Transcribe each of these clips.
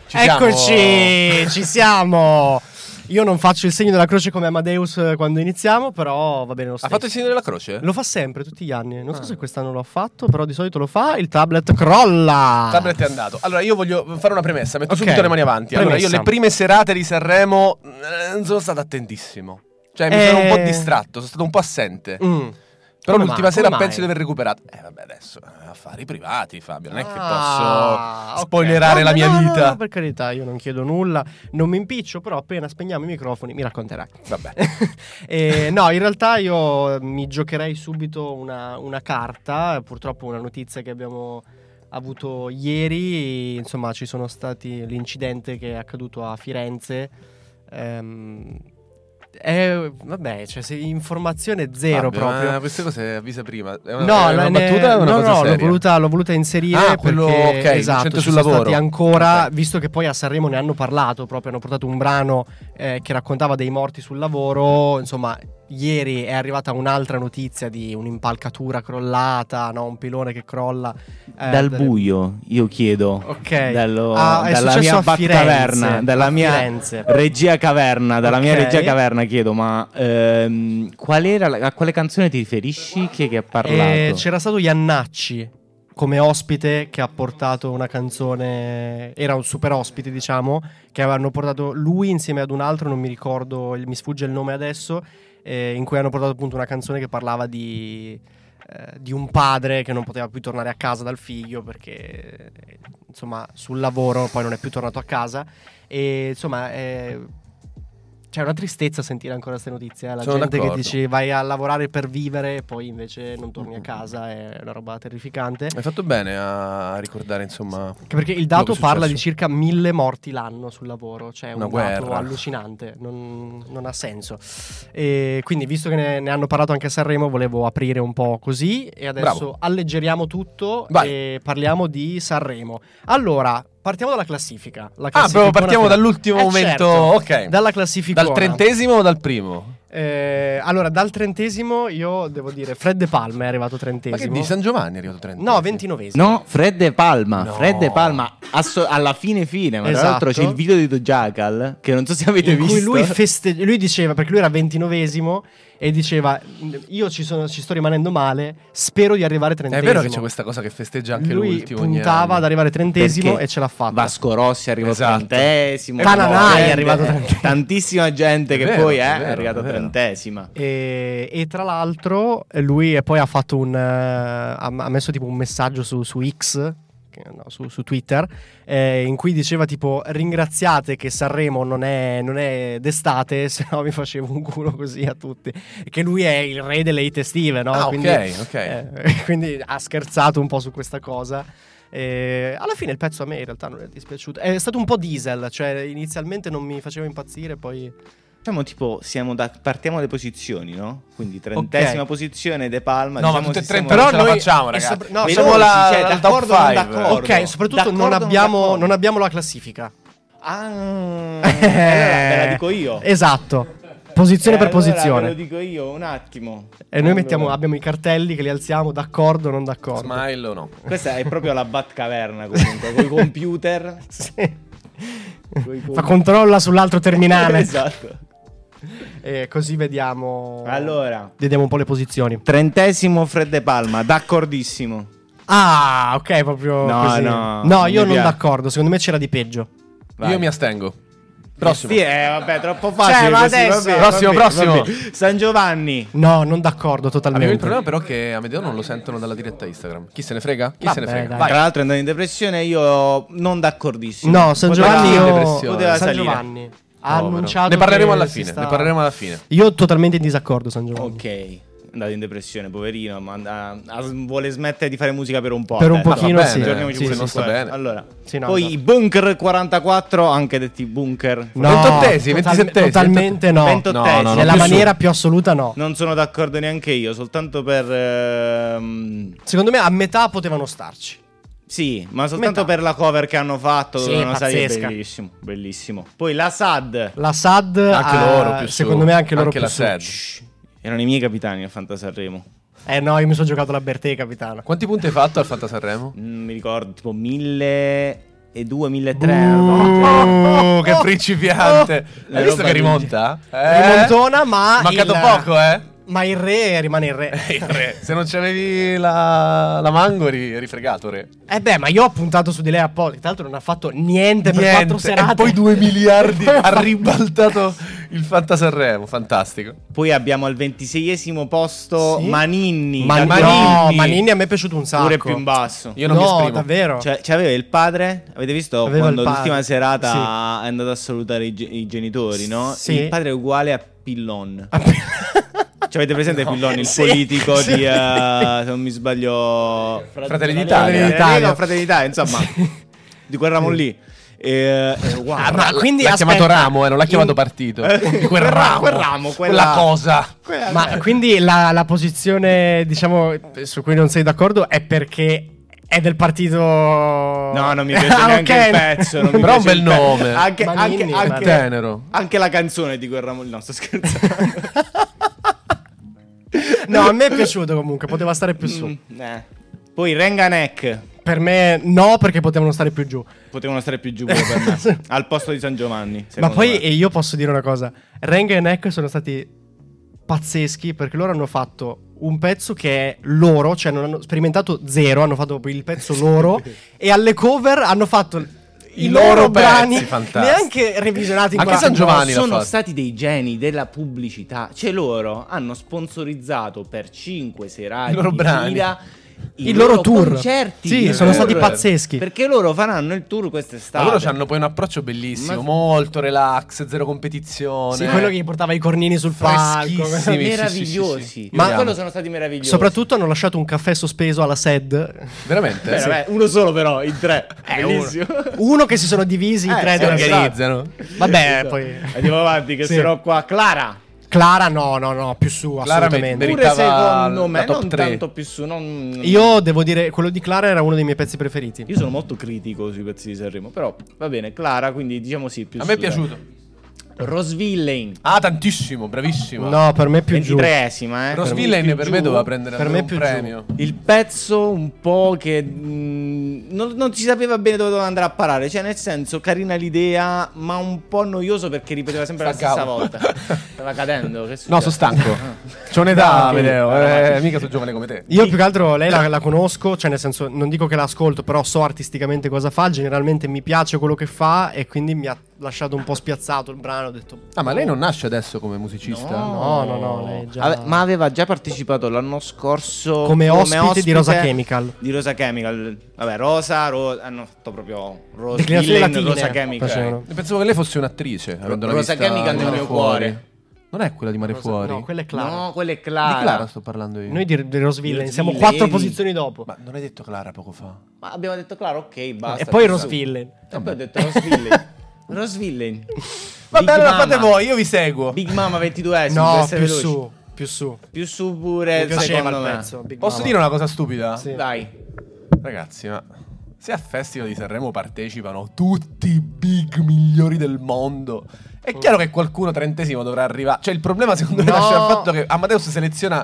Eccoci, ci siamo. Io non faccio il segno della croce come Amadeus quando iniziamo, però va bene lo stesso. Ha fatto il segno della croce? Lo fa sempre, tutti gli anni. Non so se quest'anno l'ho fatto, però di solito lo fa. Il tablet crolla. Il tablet è andato. Allora, io voglio fare una premessa. Metto Ok. subito le mani avanti. Allora, io le prime serate di Sanremo non sono stato attentissimo. Cioè, mi sono un po' distratto, sono stato un po' assente. Però Come l'ultima mai? sera Come penso mai? di aver recuperato. Vabbè, adesso affari privati, Fabio. Non è che Ah, posso ok. spoilerare la mia No, vita. No, per carità, io non chiedo nulla, non mi impiccio, però appena spegniamo i microfoni mi racconterai. Vabbè. No, in realtà io mi giocherei subito una carta, purtroppo una notizia che abbiamo avuto ieri, insomma ci sono stati l'incidente che è accaduto a Firenze. Vabbè, cioè informazione zero. Fabio, proprio. Queste cose avvisa prima. È No, una battuta o una cosa seria? l'ho voluta inserire quello, perché ok, esatto, centro ci sul sono lavoro. stati ancora, Ok. visto che poi a Sanremo ne hanno parlato, proprio hanno portato un brano che raccontava dei morti sul lavoro, insomma. Ieri è arrivata un'altra notizia di un'impalcatura crollata, no? Un pilone che crolla dal buio, io chiedo. Ok. È È dalla successo mia a Firenze, Batcaverna, dalla a mia Firenze. regia caverna, dalla mia Ok. regia caverna chiedo, ma qual era a quale canzone ti riferisci? Chi è che ha parlato? C'era stato Iannacci come ospite che ha portato una canzone, era un super ospite diciamo, che avevano portato lui insieme ad un altro, non mi ricordo, mi sfugge il nome adesso, in cui hanno portato appunto una canzone che parlava di un padre che non poteva più tornare a casa dal figlio perché insomma sul lavoro poi non è più tornato a casa e insomma c'è una tristezza sentire ancora queste notizie, la Sono gente d'accordo. che dici vai a lavorare per vivere e poi invece non torni a casa, è una roba terrificante. Hai fatto bene a ricordare, insomma. Anche perché il dato quello che è parla di successo. circa 1000 morti l'anno sul lavoro, cioè Una un dato guerra. allucinante, non ha senso. E quindi visto che ne hanno parlato anche a Sanremo, volevo aprire un po' così e adesso Bravo. alleggeriamo tutto. Vai. E parliamo di Sanremo. Allora, partiamo dalla classifica. La Proprio partiamo finale. dall'ultimo momento. Certo, Ok. dalla classifica. Dal 30° o dal primo? Allora, dal 30° io devo dire Fred De Palma è arrivato 30°. Ma che di San Giovanni è arrivato 30? No, 29°. No, Fred De Palma. No. Fred De Palma alla fine, ma tra l'altro Esatto. c'è il video di Dojackal che non so se avete In cui visto. lui diceva, perché lui era 29° e diceva io ci sto rimanendo male, spero di arrivare 30°. È vero che c'è questa cosa che festeggia anche lui l'ultimo ogni puntava ad anno. arrivare 30° Perché e ce l'ha fatta. Vasco Rossi è arrivato Esatto. 30°. Tananai è Gente, arrivato 30°. Tantissima gente È che vero, poi è è vero, arrivata è vero. 30°. E tra l'altro lui poi ha fatto ha messo tipo un messaggio su X, su Twitter, in cui diceva tipo ringraziate che Sanremo non è d'estate, se no mi facevo un culo così a tutti, e che lui è il re delle hit estive, no? Ah, quindi, ok. quindi ha scherzato un po' su questa cosa. Alla fine il pezzo a me in realtà non è dispiaciuto, è stato un po' diesel, cioè inizialmente non mi faceva impazzire, poi Diciamo tipo partiamo dalle posizioni, no? Quindi 30ª Ok. posizione De Palma. No, ma diciamo tutte e siamo- 30 non ce la noi- facciamo, e ragazzi. sopra- no, Facciamo veloci, la, cioè, la top d'accordo o non 5. d'accordo? ok, soprattutto D'accordo o non d'accordo? non abbiamo la classifica. Allora ve la dico io. Esatto. Posizione per Allora posizione. ve lo dico io, un attimo. E noi Allora, abbiamo i cartelli che li alziamo d'accordo o non d'accordo. Smile o no? Questa è proprio la Batcaverna comunque, con i computer. Sì. Coi Fa controlla sull'altro terminale. Esatto. E così vediamo. Allora, Vediamo un po' le posizioni. 30° Fred De Palma, d'accordissimo. Ah, ok, proprio No, così. no, No, mi io non piace. d'accordo. Secondo me c'era di peggio. Vai. Io mi astengo. Prossimo. Sì, vabbè, troppo facile. ma così, adesso- vabbè, Prossimo, vabbè, prossimo. vabbè. San Giovanni. No, non d'accordo totalmente. Abbiamo il problema però che Amedeo non lo sentono dalla diretta Instagram. Chi se ne frega? Chi se ne Vabbè, frega? dai. Vai. Tra l'altro è andato in depressione, io non d'accordissimo. No, San Poteva- Giovanni in io... depressione. Poteva San salire. Giovanni ha Povero. annunciato Ne parleremo che alla si fine. sta- Ne parleremo alla fine. Io totalmente in disaccordo San Giovanni. Ok, è andato in depressione, poverino, ma vuole smettere di fare musica per un po'. Per un Dai, pochino va sì. bene, Aggiorniamoci Sì, pure sì, su non sta questo. bene. Allora, Sì, no, poi esatto. i Bunker 44, anche detti bunker. No, 28esimi, 27esimi. totalmente no. 28esimi. No, no, Nella più maniera più assoluta no. Non sono d'accordo neanche io, soltanto per... Secondo me a metà potevano starci. sì, ma soltanto Metà. per la cover che hanno fatto, Sì, dovevano salire, pazzesca. bellissimo, bellissimo. Poi la SAD, La SAD Anche loro più su. secondo me anche loro Anche più la su. SAD. erano i miei capitani al Fantasanremo. No, io mi sono giocato la Bertè, capitano. Quanti punti hai fatto al Fantasanremo? Mi ricordo tipo 1000... 1300. Che principiante. Hai visto che rimonta? Rimontona, ma mancato poco, Ma il re rimane il re. Il re. Se non c'avevi la Mangori, eri fregato, re. Ma io ho puntato su di lei apposta. Tra l'altro non ha fatto niente per 4 serate. E poi 2 miliardi ha ribaltato il Fantasanremo. Fantastico. Poi abbiamo al 26esimo posto Maninni. Manini a me è piaciuto un sacco. Pure più in basso. Io non mi esprimo. Davvero. Cioè, c'aveva il padre. Avete visto Aveva quando il padre. l'ultima serata è andato a salutare i genitori, no? Sì. Il padre è uguale a Pillon. Cioè, avete presente Pillon, il politico di, se non mi sbaglio, Fratelli d'Italia. Fratelli d'Italia, insomma, di quel ramo lì. Ma quindi l'ha chiamato ramo, non l'ha chiamato partito. Quel ramo, quella cosa. Ma quindi la posizione, diciamo, su cui non sei d'accordo è perché è del partito. No, non mi piace neanche il pezzo. Non mi Però piace un bel nome. Anche tenero. Anche la canzone di quel ramo lì. No, sto scherzando. No, a me è piaciuto comunque, poteva stare più su. Poi Renganek. Per me no, perché potevano stare più giù. Potevano stare più giù pure per me. Al posto di San Giovanni. Ma poi io posso dire una cosa. Renga e Neck sono stati pazzeschi perché loro hanno fatto un pezzo che è loro, cioè non hanno sperimentato zero, hanno fatto il pezzo loro e alle cover hanno fatto i loro brani neanche revisionati in anche San Giovanni sono stati dei geni della pubblicità. Cioè loro hanno sponsorizzato per 5 serate i loro brani, fila i loro tour, concerti. Sì, sono stati pazzeschi. Perché loro faranno il tour quest'estate. Ma loro hanno poi un approccio bellissimo, molto relax, zero competizione. Sì, quello che gli portava i cornini sul palco. Meravigliosi. Sì. Ma quello sono stati meravigliosi. Soprattutto hanno lasciato un caffè sospeso alla SED. Veramente? Sì. Uno solo però, in 3. Bellissimo. Uno che si sono divisi in 3 si organizzano. Vabbè, poi andiamo avanti che se no qua Clara no, più su, Clara assolutamente. Pure secondo me non tanto più su. Non... Io devo dire, quello di Clara era uno dei miei pezzi preferiti. Io sono molto critico sui pezzi di Sanremo, però va bene, Clara, quindi diciamo sì, più a su. Me è piaciuto. Rose Villain. tantissimo, bravissima. No, per me più 23esima, Rose Villain per me doveva prendere per me un più premio. Il pezzo un po' che non si sapeva bene dove doveva andare a parare. Cioè, nel senso, carina l'idea, ma un po' noioso perché ripeteva sempre la stessa volta. Stava cadendo. No, sono stanco. C'ho un'età, Medeo. Mica sono giovane come te. Io più che altro lei la conosco, cioè nel senso, non dico che la ascolto, però so artisticamente cosa fa. Generalmente mi piace quello che fa e quindi mi ha lasciato un po' spiazzato il brano. Ho detto, ma lei non nasce adesso come musicista? No, lei già... ma aveva già partecipato l'anno scorso come ospite di Rosa Chemical. Di Rosa Chemical. Vabbè, Rosa hanno fatto proprio Rose Villain, Rosa Chemical. Pensavo che lei fosse un'attrice. Rosa Chemical nel mio cuore. Non è quella di Mare Fuori? No, quella è Clara. No, quella è Clara. Di Clara sto parlando io. Noi di Rose Villain siamo 4 posizioni dopo. Ma non hai detto Clara poco fa? Ma abbiamo detto Clara, ok, basta. E poi Rose Villain. E poi ho detto Rose Villain. Rose Villain. Vabbè, allora fate voi, io vi seguo. Big Mama 22esimo. No, più su. Più su pure, secondo me. Pezzo, Posso dire una cosa stupida? Sì. Dai. Ragazzi, ma se al Festival di Sanremo partecipano tutti i big migliori del mondo, è chiaro che qualcuno 30esimo dovrà arrivare. Cioè, il problema secondo me nasce dal fatto che Amadeus seleziona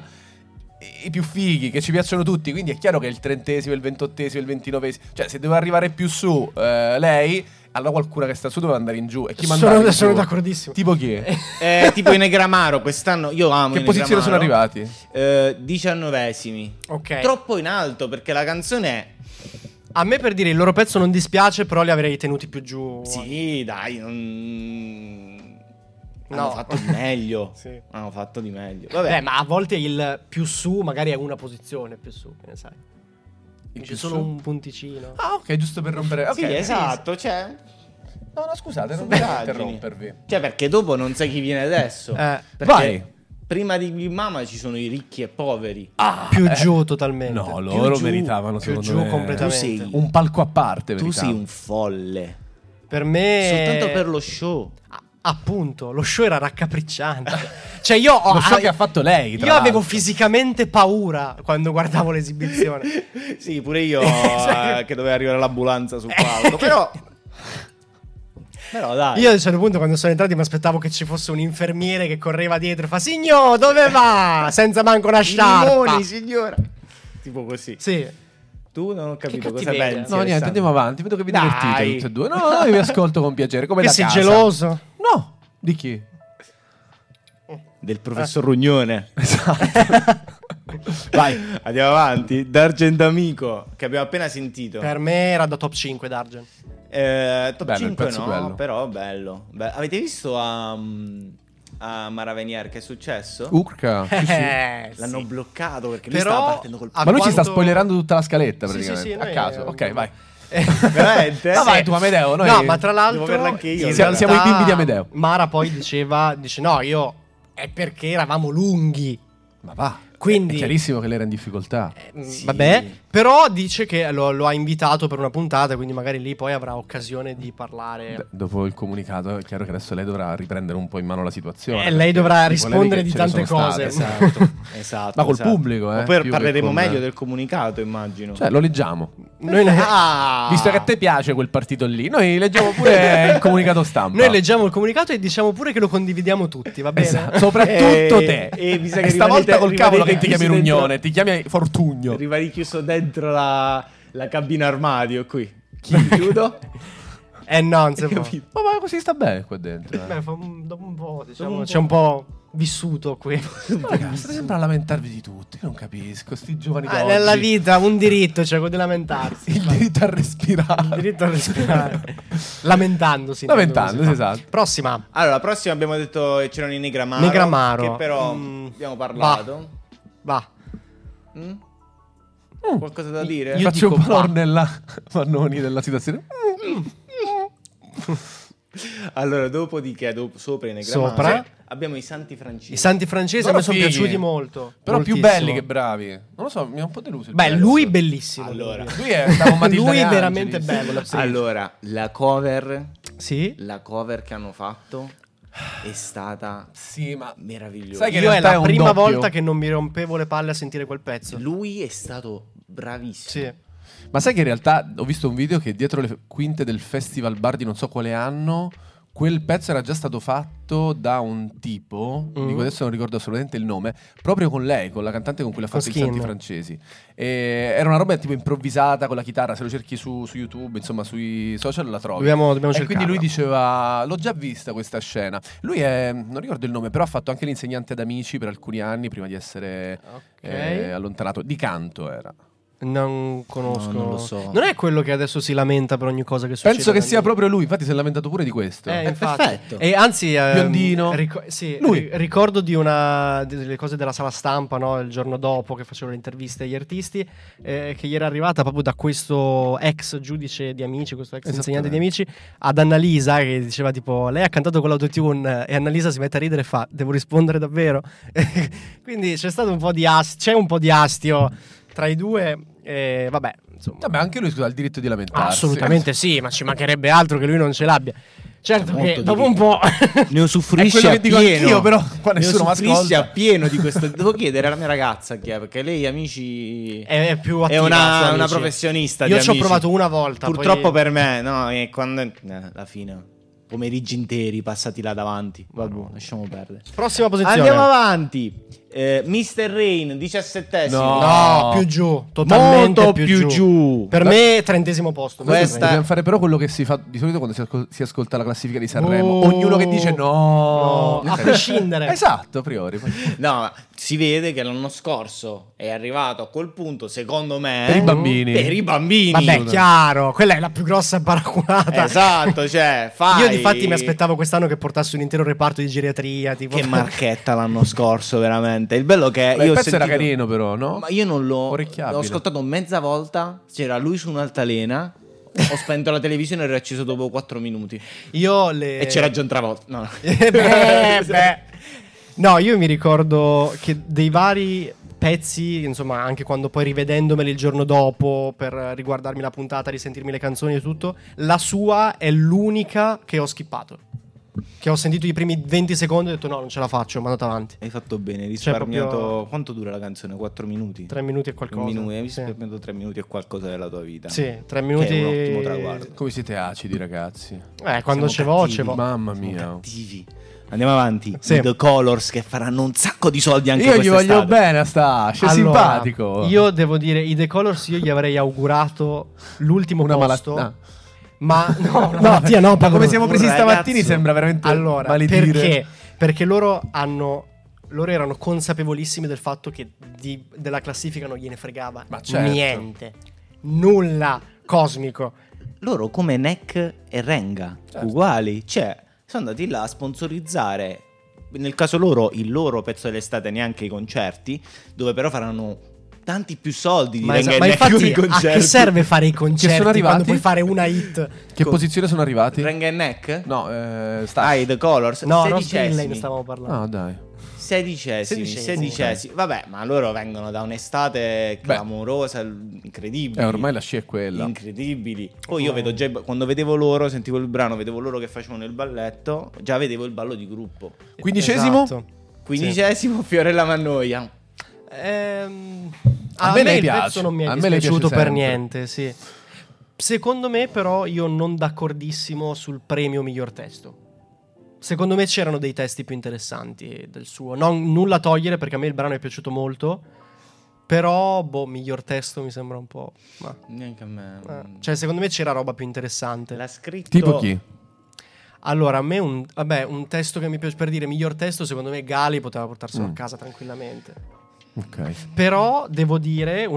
i più fighi, che ci piacciono tutti. Quindi è chiaro che il 30esimo, il 28esimo, il 29esimo, cioè se deve arrivare più su lei, allora qualcuno che sta su deve andare in giù. E chi sono d'accordissimo. Tipo chi è? Tipo i Negramaro quest'anno. Io amo che posizione sono arrivati? 19esimi. Ok. Troppo in alto perché la canzone è... A me, per dire, il loro pezzo non dispiace, però li avrei tenuti più giù. Sì, dai, hanno fatto di meglio. Sì. Hanno fatto di meglio. Vabbè, ma a volte il più su magari è una posizione più su, che ne sai. C'è solo un punticino. Ah, ok, giusto per rompere. sì, esatto, cioè... No, scusate, non voglio interrompervi. Cioè, perché dopo non sai chi viene adesso. Perché vai. Prima di Big Mama ci sono i ricchi e poveri. Più giù totalmente. No, loro meritavano più secondo giù me completamente. un palco a parte. Tu sei un folle. Per me soltanto per lo show. Appunto, lo show era raccapricciante. Cioè io lo show che ha fatto lei. Io avevo fisicamente paura quando guardavo l'esibizione. Sì, pure io che doveva arrivare l'ambulanza sul palco. Però dai. Io a un certo punto quando sono entrati mi aspettavo che ci fosse un infermiere che correva dietro e fa: "Signor, dove va?" Senza manco una sciarpa. Limoni, signora. Tipo così. Sì. Tu non ho capito cosa cattiveria. pensi. No, niente, Alessandro? andiamo avanti. Vedo che vi Dai. divertite tutti e due. No, io vi ascolto con piacere. Come Che da sei casa. geloso? No, di chi? Del professor Rugnone. Esatto. Vai. Andiamo avanti. D'Argent Amico, che abbiamo appena sentito. Per me era da top 5 Dargen. Top Bello, il 5 pezzo no, bello. però bello. Avete visto a Maravenier che è successo? Urca. L'hanno bloccato perché lui Però stava partendo col a Ma lui ci sta quanto- spoilerando tutta la scaletta Sì, praticamente. sì, sì, a noi- caso. Ok, vai. Veramente? No, vai tu Amedeo. Noi... No, ma tra l'altro Devo averla anche io. in Siamo realtà i bimbi di Amedeo. Mara poi dice no, io è perché eravamo lunghi. Ma va. Quindi- È chiarissimo che lei era in difficoltà. Sì. Vabbè, però dice che lo ha invitato per una puntata, quindi magari lì poi avrà occasione di parlare. Beh, dopo il comunicato è chiaro che adesso lei dovrà riprendere un po' in mano la situazione. E lei perché dovrà di rispondere polemiche di ce ne tante sono cose. state. Esatto. Ma col esatto. pubblico, Ma più poi che parleremo con- meglio del comunicato, immagino. Cioè, lo leggiamo. Noi, Visto che a te piace quel partito lì, noi leggiamo pure il comunicato stampa. noi leggiamo il comunicato e diciamo pure che lo condividiamo tutti, va bene? Esatto, soprattutto te. E mi sa che stavolta col cavolo che ti chiami chiusi dentro- Rugnone, ti chiami Fortugno. Rimani chiuso dentro la cabina armadio qui. Chiudo? No, non si può. Capito? Ma così sta bene qua dentro. Beh, dopo un po', diciamo, Dopo un c'è un po' vissuto qui. Ragazzi, state sempre a lamentarvi di tutto. Io non capisco, sti giovani d'oggi. Nella vita un diritto c'è quello di lamentarsi. Il diritto a respirare. Il diritto a respirare. Lamentandosi. Lamentandosi, esatto. Prossima. Allora, prossima abbiamo detto che c'erano i Negramaro. Negramaro. Che però Mm. abbiamo parlato. Va. Mm? Qualcosa da dire? Io Faccio dico un po' va. l'ornella Vannoni della situazione. Allora, dopodiché, sopra i Negramaro, Sopra. abbiamo i Santi Francesi. I santi francesi a Loro me sono fighi. piaciuti molto. Però più moltissimo. belli che bravi. Non lo so, mi ha un po' deluso. il Beh, pezzo. lui bellissimo. Allora. devo dire. Lui è stavo Matilda Lui De Angelis. veramente bello. Sì. Allora, la cover Sì. che hanno fatto è stata Sì, ma meravigliosa. sai che in Io è realtà la un prima doppio. volta che non mi rompevo le palle a sentire quel pezzo. Lui è stato bravissimo. Sì. Ma sai che in realtà ho visto un video che dietro le quinte del Festival Bar di non so quale anno quel pezzo era già stato fatto da un tipo, di cui adesso non ricordo assolutamente il nome, proprio con lei, con la cantante con cui l'ha Con fatto i Skin. Santi Francesi. E era una roba tipo improvvisata con la chitarra, se lo cerchi su YouTube, insomma sui social la trovi. Dobbiamo E quindi cercarla. lui diceva, l'ho già vista questa scena. Lui è, non ricordo il nome, però ha fatto anche l'insegnante ad Amici per alcuni anni prima di essere Ok. allontanato. Di canto era. Non conosco. No, non lo so. Non è quello che adesso si lamenta per ogni cosa che succede. Penso che da sia lì. proprio lui, infatti si è lamentato pure di questo. Infatti. perfetto. E anzi, Biondino. sì, Lui. ricordo delle cose della sala stampa, no, il giorno dopo che facevano le interviste agli artisti, che gli era arrivata proprio da questo ex giudice di Amici, questo ex insegnante di Amici, ad Annalisa, che diceva tipo, lei ha cantato con l'autotune, e Annalisa si mette a ridere e fa, devo rispondere davvero? Quindi c'è stato un po' di c'è un po' di astio tra i due, vabbè, insomma. Vabbè, anche lui, scusa, ha il diritto di lamentarsi. Assolutamente sì, ma ci mancherebbe altro che lui non ce l'abbia. Certo Molto che dopo un po'... Ne usufruisce È quello che dico appieno. anch'io, però qua nessuno mi usufruisce ascolta. appieno di questo. Devo chiedere alla mia ragazza chi è, perché lei Amici è più è attiva su una Amici. professionista Io di ci ho Amici. provato una volta. Purtroppo poi... per me, no, e quando alla fine pomeriggi interi passati là davanti. Vabbè, lasciamo perdere. Prossima posizione. Andiamo avanti. Mr. Rain, 17esimo. No. No, più giù. Totalmente Molto più giù. Per me 30° posto. Questa- Dobbiamo fare però quello che si fa di solito quando si ascolta la classifica di Sanremo. Oh. Ognuno che dice no. No, a prescindere. Esatto, a priori. No, si vede che l'anno scorso è arrivato a quel punto, secondo me, Per i bambini. Per i bambini. Vabbè, chiaro, quella è la più grossa paraculata. Esatto, cioè, fai... Io difatti mi aspettavo quest'anno che portasse un intero reparto di geriatria, tipo... Che marchetta l'anno scorso, veramente. Il bello che Beh, io il ho pezzo era sentito... carino però, no? Ma io non l'ho Orecchiabile. l'ho ascoltato mezza volta. C'era lui su un'altalena. Ho spento la televisione e ho riacceso dopo 4 minuti. Io le... E c'era John Travolta. No. beh. No, io mi ricordo che dei vari pezzi, insomma, anche quando poi rivedendomeli il giorno dopo per riguardarmi la puntata, risentirmi le canzoni e tutto, la sua è l'unica che ho skippato. Che ho sentito i primi 20 secondi e ho detto no, non ce la faccio, mi è andato avanti. Hai fatto bene, hai risparmiato. proprio- Quanto dura la canzone? 4 minuti? 3 minuti e qualcosa. Un minuto, hai Sì. risparmiato 3 minuti e qualcosa della tua vita. Sì, 3 minuti. Che è un ottimo traguardo. Come siete acidi, ragazzi. Quando Siamo ce vo', cattivi. ce vo'. Mamma Siamo mia. cattivi. Andiamo avanti. Sì. The Colors, che faranno un sacco di soldi anche Io gli quest'estate. voglio bene a sta, c'è simpatico. Io devo dire, i The Colors io gli avrei augurato l'ultimo Una posto. malattia. Ma no, una malattia no, Ma come siamo presi un stamattina ragazzo. sembra veramente allora, maledire. perché? Perché loro erano consapevolissimi del fatto che della classifica non gliene fregava Ma certo. niente, nulla, cosmico. Loro come Neck e Renga, Certo. uguali. Cioè, sono andati là a sponsorizzare, nel caso loro, il loro pezzo dell'estate, neanche i concerti, dove però faranno tanti più soldi di Renga e ma Neck infatti con i a concerti. che serve fare i concerti arrivati? quando puoi fare una hit? Che posizione sono arrivati? Renga e Neck? No, sta. The Colors. No, non sedicesimi. Lane stavamo parlando. Ah, dai. Sedicesimi. Vabbè, ma loro vengono da un'estate clamorosa, incredibile. Ormai la scia è quella. Incredibili. Poi io vedo già, quando vedevo loro, sentivo il brano, vedevo loro che facevano il balletto, già vedevo il ballo di gruppo. 15esimo? Esatto. 15esimo, Fiorella Mannoia. A me me lei il piace. pezzo non mi è A me lei dispiaciuto piace per sempre. niente, sì. Secondo me però io non d'accordissimo sul premio miglior testo. Secondo me c'erano dei testi più interessanti del suo. Nulla a togliere perché a me il brano è piaciuto molto. Però, miglior testo mi sembra un po'. Neanche a me. Cioè, secondo me c'era roba più interessante. L'ha scritto Tipo chi? Allora, a me un testo che mi piace, per dire miglior testo, secondo me Gali poteva portarselo a casa tranquillamente. Ok. Però devo dire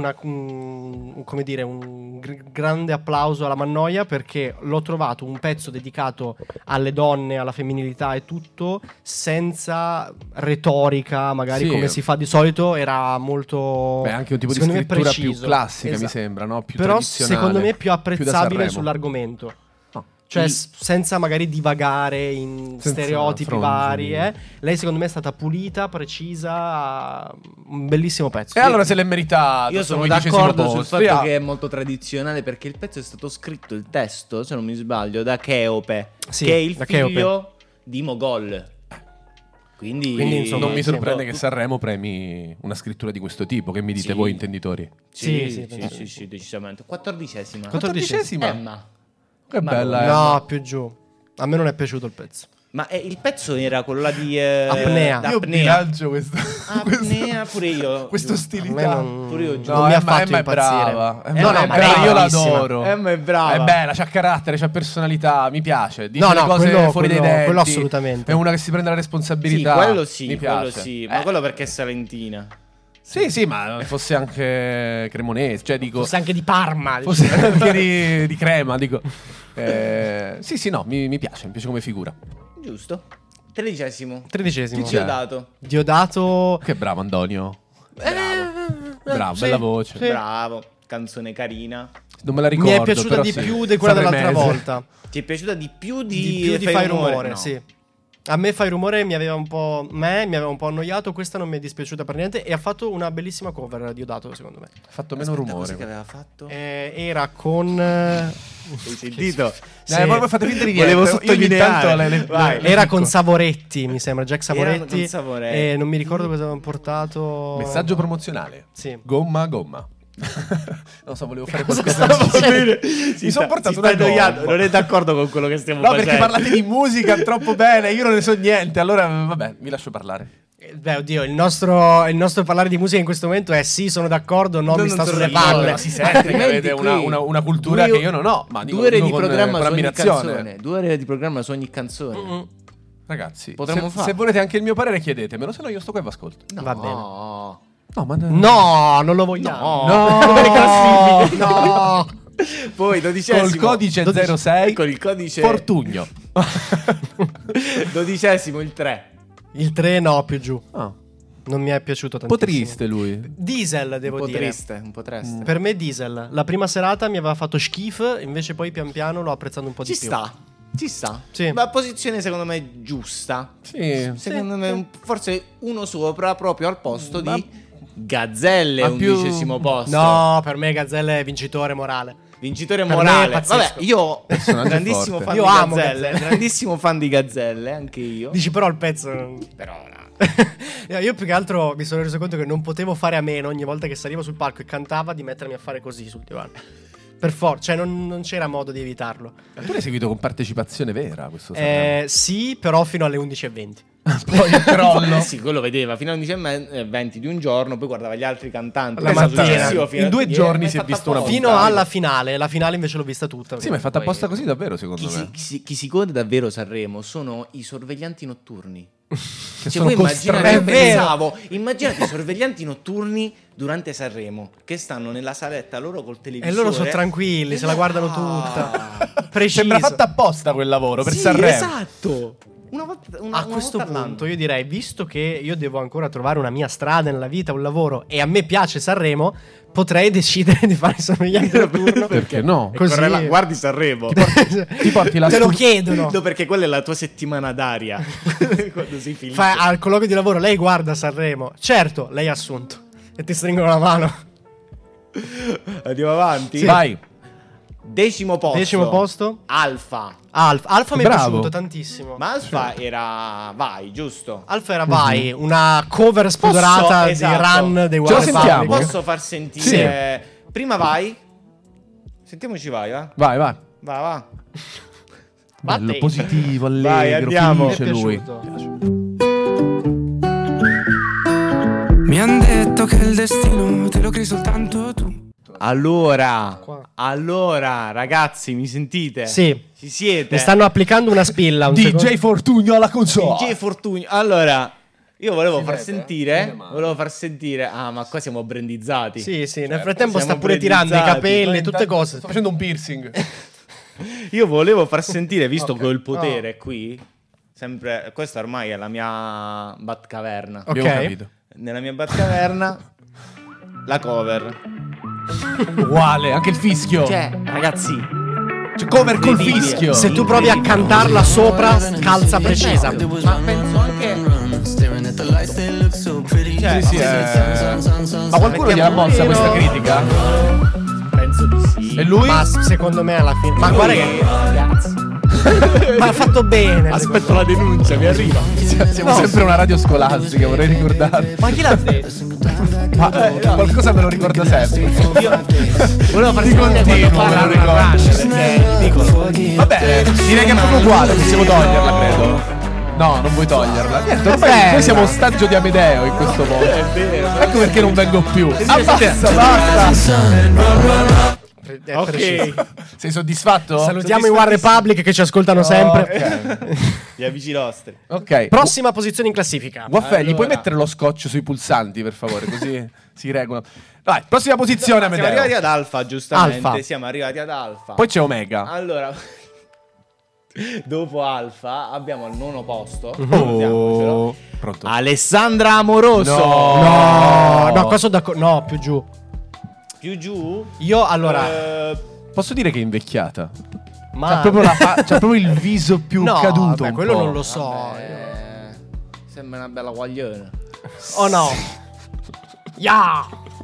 grande applauso alla Mannoia, perché l'ho trovato un pezzo dedicato alle donne, alla femminilità e tutto, senza retorica, magari Sì. come si fa di solito. Era molto, Beh, anche un tipo di secondo me, scrittura preciso. più classica, mi Esatto. sembra, no? Più Però tradizionale. secondo me più Più da apprezzabile Sanremo. sull'argomento. No. Cioè, senza magari divagare in Senza stereotipi fronzoli. vari. Lei secondo me è stata pulita, precisa, un bellissimo pezzo. E allora se l'è meritato. Io sto sono 15esimo d'accordo sul posto. fatto che è molto tradizionale, perché il pezzo è stato scritto, il testo, se non mi sbaglio, da Cheope, Sì, che è il da figlio di Mogol. Quindi insomma, Non mi sì. sorprende che Sanremo premi una scrittura di questo tipo. Che mi dite Sì. voi intenditori? Sì, Sì, decisamente. 14esima. 14esima. Emma. Che Ma bella No, più giù. A me non è piaciuto il pezzo. Ma il pezzo era quello là di Apnea. Io bilancio questo. Apnea pure io. Questo A me stilità. non, Pure io non mi ha fatto Emma è impazzire. brava. No, no, Emma è ma brava, lei è io bravissima. l'adoro. Emma è brava. È bella, c'ha carattere, c'ha personalità, mi piace. Dice No, le no, cose quello- fuori quello- dai denti. quello assolutamente. È una che si prende la Sì, responsabilità. quello sì, mi quello piace. sì. Ma quello perché è salentina. Sì, ma fosse anche cremonese, cioè dico Forse anche di Parma. fosse anche di crema, dico. Sì, no, mi piace come figura. Giusto. 13esimo. 13esimo. Chi c'è? Diodato. Diodato. Che bravo Antonio. Bravo, sì, bella voce. sì. Bravo. Canzone carina. Non me la ricordo. Mi è piaciuta però di sì. più di quella dell'altra Sanremese. volta. Ti è piaciuta di più Di più di Fai Rumore, No. sì. A me Fai Rumore mi aveva un po' annoiato. Questa non mi è dispiaciuta per niente. E ha fatto una bellissima cover Diodato, secondo me. Ha fatto meno Aspetta, rumore. cos'è che aveva fatto? Era con Hai sentito? sì. Poi fate finta di Volevo niente. Io ogni tanto sottolineare. Vai. Era con Savoretti, mi sembra, Jack Erano Savoretti. con Savoretti. E non mi ricordo cosa avevano portato. Messaggio promozionale. Sì. Gomma. Non so, volevo fare Cosa qualcosa. stavo facendo? Mi sono portato si una sta annoiando, gomma. non è d'accordo con quello che stiamo No, facendo. perché parlate di musica troppo bene, io non ne so niente. Allora, vabbè, vi lascio parlare. Beh, oddio, il nostro parlare di musica in questo momento è sì, sono d'accordo, non Non mi sta sono sulle d'accordo, palle. ma Si sente che Altrimenti avete qui una cultura che io non ho. Ma dico, 2 ore dico di con programma su ogni ammirazione. canzone. 2 ore di programma su ogni canzone. Mm-mm. Ragazzi, Potremmo se fare. volete anche il mio parere chiedetemelo, se no io sto qua e vi ascolto. No. Va bene. No, ma No, non lo vogliamo. No. No. Poi 12esimo. Col codice 06 Con il codice Fortugno. 12esimo, il 3. Il 3 no, più giù. Ah, Non mi è piaciuto un po' tantissimo. triste lui. Diesel, Un devo po' dire. triste, un po' triste. Per me Diesel. La prima serata mi aveva fatto schifo, invece poi pian piano l'ho apprezzato un po' Ci di più. sta. Ci sta. Sì. Ma posizione secondo me giusta. Sì. Secondo me forse uno sopra, proprio al posto Ma- di Gazzelle, ma più- 11esimo posto. No, per me Gazzelle è vincitore morale. Vincitore Per me è morale. pazzesco. Vabbè, io Personaggio grandissimo forte. fan Io di amo Gazzelle, Gazzelle. grandissimo fan di Gazzelle, anche io. Dici però il pezzo. Però no. Io più che altro mi sono reso conto che non potevo fare a meno ogni volta che saliva sul palco e cantava di mettermi a fare così sul divano. Per forza, cioè non c'era modo di evitarlo. Tu l'hai seguito con partecipazione vera questo Sanremo? Sì, però fino alle 11:20. Poi il crollo. Sì, quello vedeva fino alle 11:20 di un giorno, poi guardava gli altri cantanti. La mattina. In 2 giorni si è visto una Fino puntata. alla finale. La finale invece l'ho vista tutta. Sì, ma è fatta apposta così davvero, secondo me. Chi si gode davvero Sanremo sono i sorveglianti notturni. Che Cioè, sono voi immaginate i sorveglianti notturni durante Sanremo che stanno nella saletta loro col televisore E loro sono tranquilli, se la guardano tutta. Preciso. Sembra fatta apposta quel lavoro per sì, Sanremo. esatto. A questo punto io direi, visto che io devo ancora trovare una mia strada nella vita, un lavoro, e a me piace Sanremo, potrei decidere di fare il sorvegliante notturno. Perché no? Così guardi Sanremo. Ti porti la te lo chiedono. No, perché quella è la tua settimana d'aria. Quando sei finito. Fai al colloquio di lavoro, lei guarda Sanremo. Certo, lei ha assunto. E ti stringono la mano. Andiamo avanti. Sì. Vai. Decimo posto. Alfa Mi è Bravo. piaciuto tantissimo. Ma Alfa era Vai, giusto? Alfa era Vai, una cover spudorata di esatto. Run dei Ce lo One sentiamo? Republic. Posso far sentire prima Vai? Sentiamoci Vai, va? Vai. Va. Bello, Batte. positivo, allegro, Vai, andiamo. felice Mi è lui. Mi han detto che il destino te lo crei soltanto tu. Allora, Qua. ragazzi, mi sentite? Sì. Ci siete? Mi stanno applicando una spilla. Un secondo. DJ Fortunio alla console. DJ Fortunio. Allora, io volevo far sentire. Ah, ma qua siamo brandizzati. Sì, nel frattempo Siamo sta pure tirando i brandizzati. capelli, tutte cose. Sto facendo un piercing. Io volevo far sentire, visto che ho il potere qui. Sempre. Questa ormai è la mia Batcaverna. Ok. Abbiamo capito. Nella mia Batcaverna, la cover. Uguale, anche il fischio. Cioè, ragazzi. C'è cover col Incredibile. fischio. Se tu provi a cantarla sopra, calza precisa. Ma penso anche. Cioè, Sì, ma qualcuno gliela mozza questa critica? penso di sì. E lui? Ma secondo me alla fine. Ma guarda che. Ma ha fatto bene. Aspetto la denuncia, mi arriva. Siamo sempre una radio scolastica, vorrei ricordare. Ma chi l'ha detto? Ma qualcosa me lo ricorda sempre. Volevo far Continuo, me lo ricordo. perché è ridicolo. Va bene, direi che è proprio uguale, possiamo toglierla, credo. No, non vuoi toglierla. Niente, ormai noi siamo ostaggio di Amedeo in questo modo. È vero. Ecco perché non vengo più. Basta. È preciso. Sei soddisfatto? Salutiamo i One Republic che ci ascoltano sempre. Gli amici nostri. Ok. Prossima posizione in classifica. Guaffè, gli puoi Allora. mettere lo scotch sui pulsanti, per favore, così si regolano. Vai, prossima posizione, Siamo arrivati Amedeo. ad Alfa, giustamente. Alfa. Siamo arrivati ad Alfa. Poi c'è Omega. Allora, dopo Alfa abbiamo al nono posto. Oh. Ricordiamocelo, Pronto? Alessandra Amoroso. No, qua sono d'accordo. No, più giù. Più giù. Io allora. Posso dire che è invecchiata? Ma C'ha proprio, c'ha proprio il viso più no, caduto. vabbè, un quello po'. non lo so. Sembra una bella guaglione. Oh no. Ya.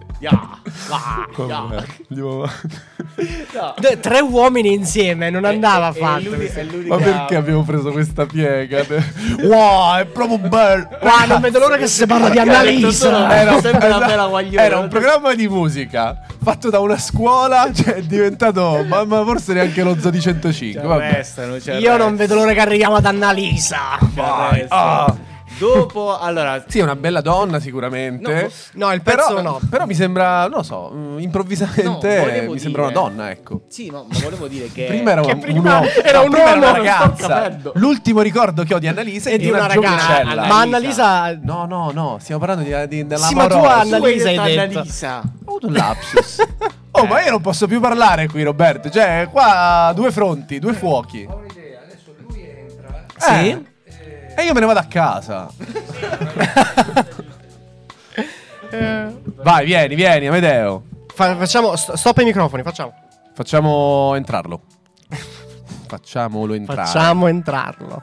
Andiamo avanti. Tre uomini insieme non andava fatto. Ma perché abbiamo preso questa piega? Wow, è proprio bello. Qua non vedo l'ora che si parla di Annalisa. Sempre una bella guaglione. Era un programma di musica fatto da una scuola, cioè è diventato, ma forse neanche lo Zodi 105. Vabbè. Io non vedo l'ora che arriviamo ad Annalisa. Vai. Ah. Dopo, allora, Sì, è una bella donna sicuramente. No, il pezzo però, no. Però mi sembra, non lo so, improvvisamente No, volevo mi sembra una dire- donna, ecco. sì, no, ma volevo dire che Prima era un prima uomo. era un prima uomo, una non sto ragazza. capendo. L'ultimo ricordo che ho di Annalisa E è di una ragazza. giovincella. Ma Annalisa. No, stiamo parlando della Sì, ma tu Amoroso. Annalisa hai detto. Annalisa. Ho avuto un lapsus. Oh, ma io non posso più parlare qui, Roberto. Cioè, qua due fronti, due fuochi. Ho un'idea, adesso lui entra. Sì? E io me ne vado a casa. Vai, vieni, Amedeo. Facciamo. Stop ai microfoni, facciamo. Facciamo entrarlo. Facciamolo entrare. Facciamo entrarlo.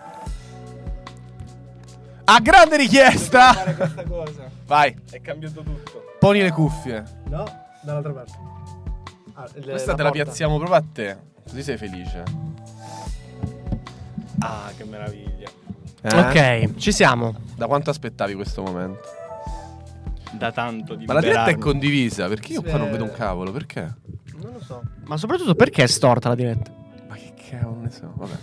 A grande richiesta. Questa cosa Vai, è cambiato tutto. poni le cuffie. No, dall'altra parte. Questa te la piazziamo proprio a te. Così sei felice. Ah, che meraviglia. Eh? Ok, ci siamo. Da quanto aspettavi questo momento? da tanto di Ma la diretta è liberarmi. condivisa, perché io qua non vedo un cavolo, perché? Non lo so. Ma soprattutto perché è storta la diretta? Ma che cavolo ne so, vabbè.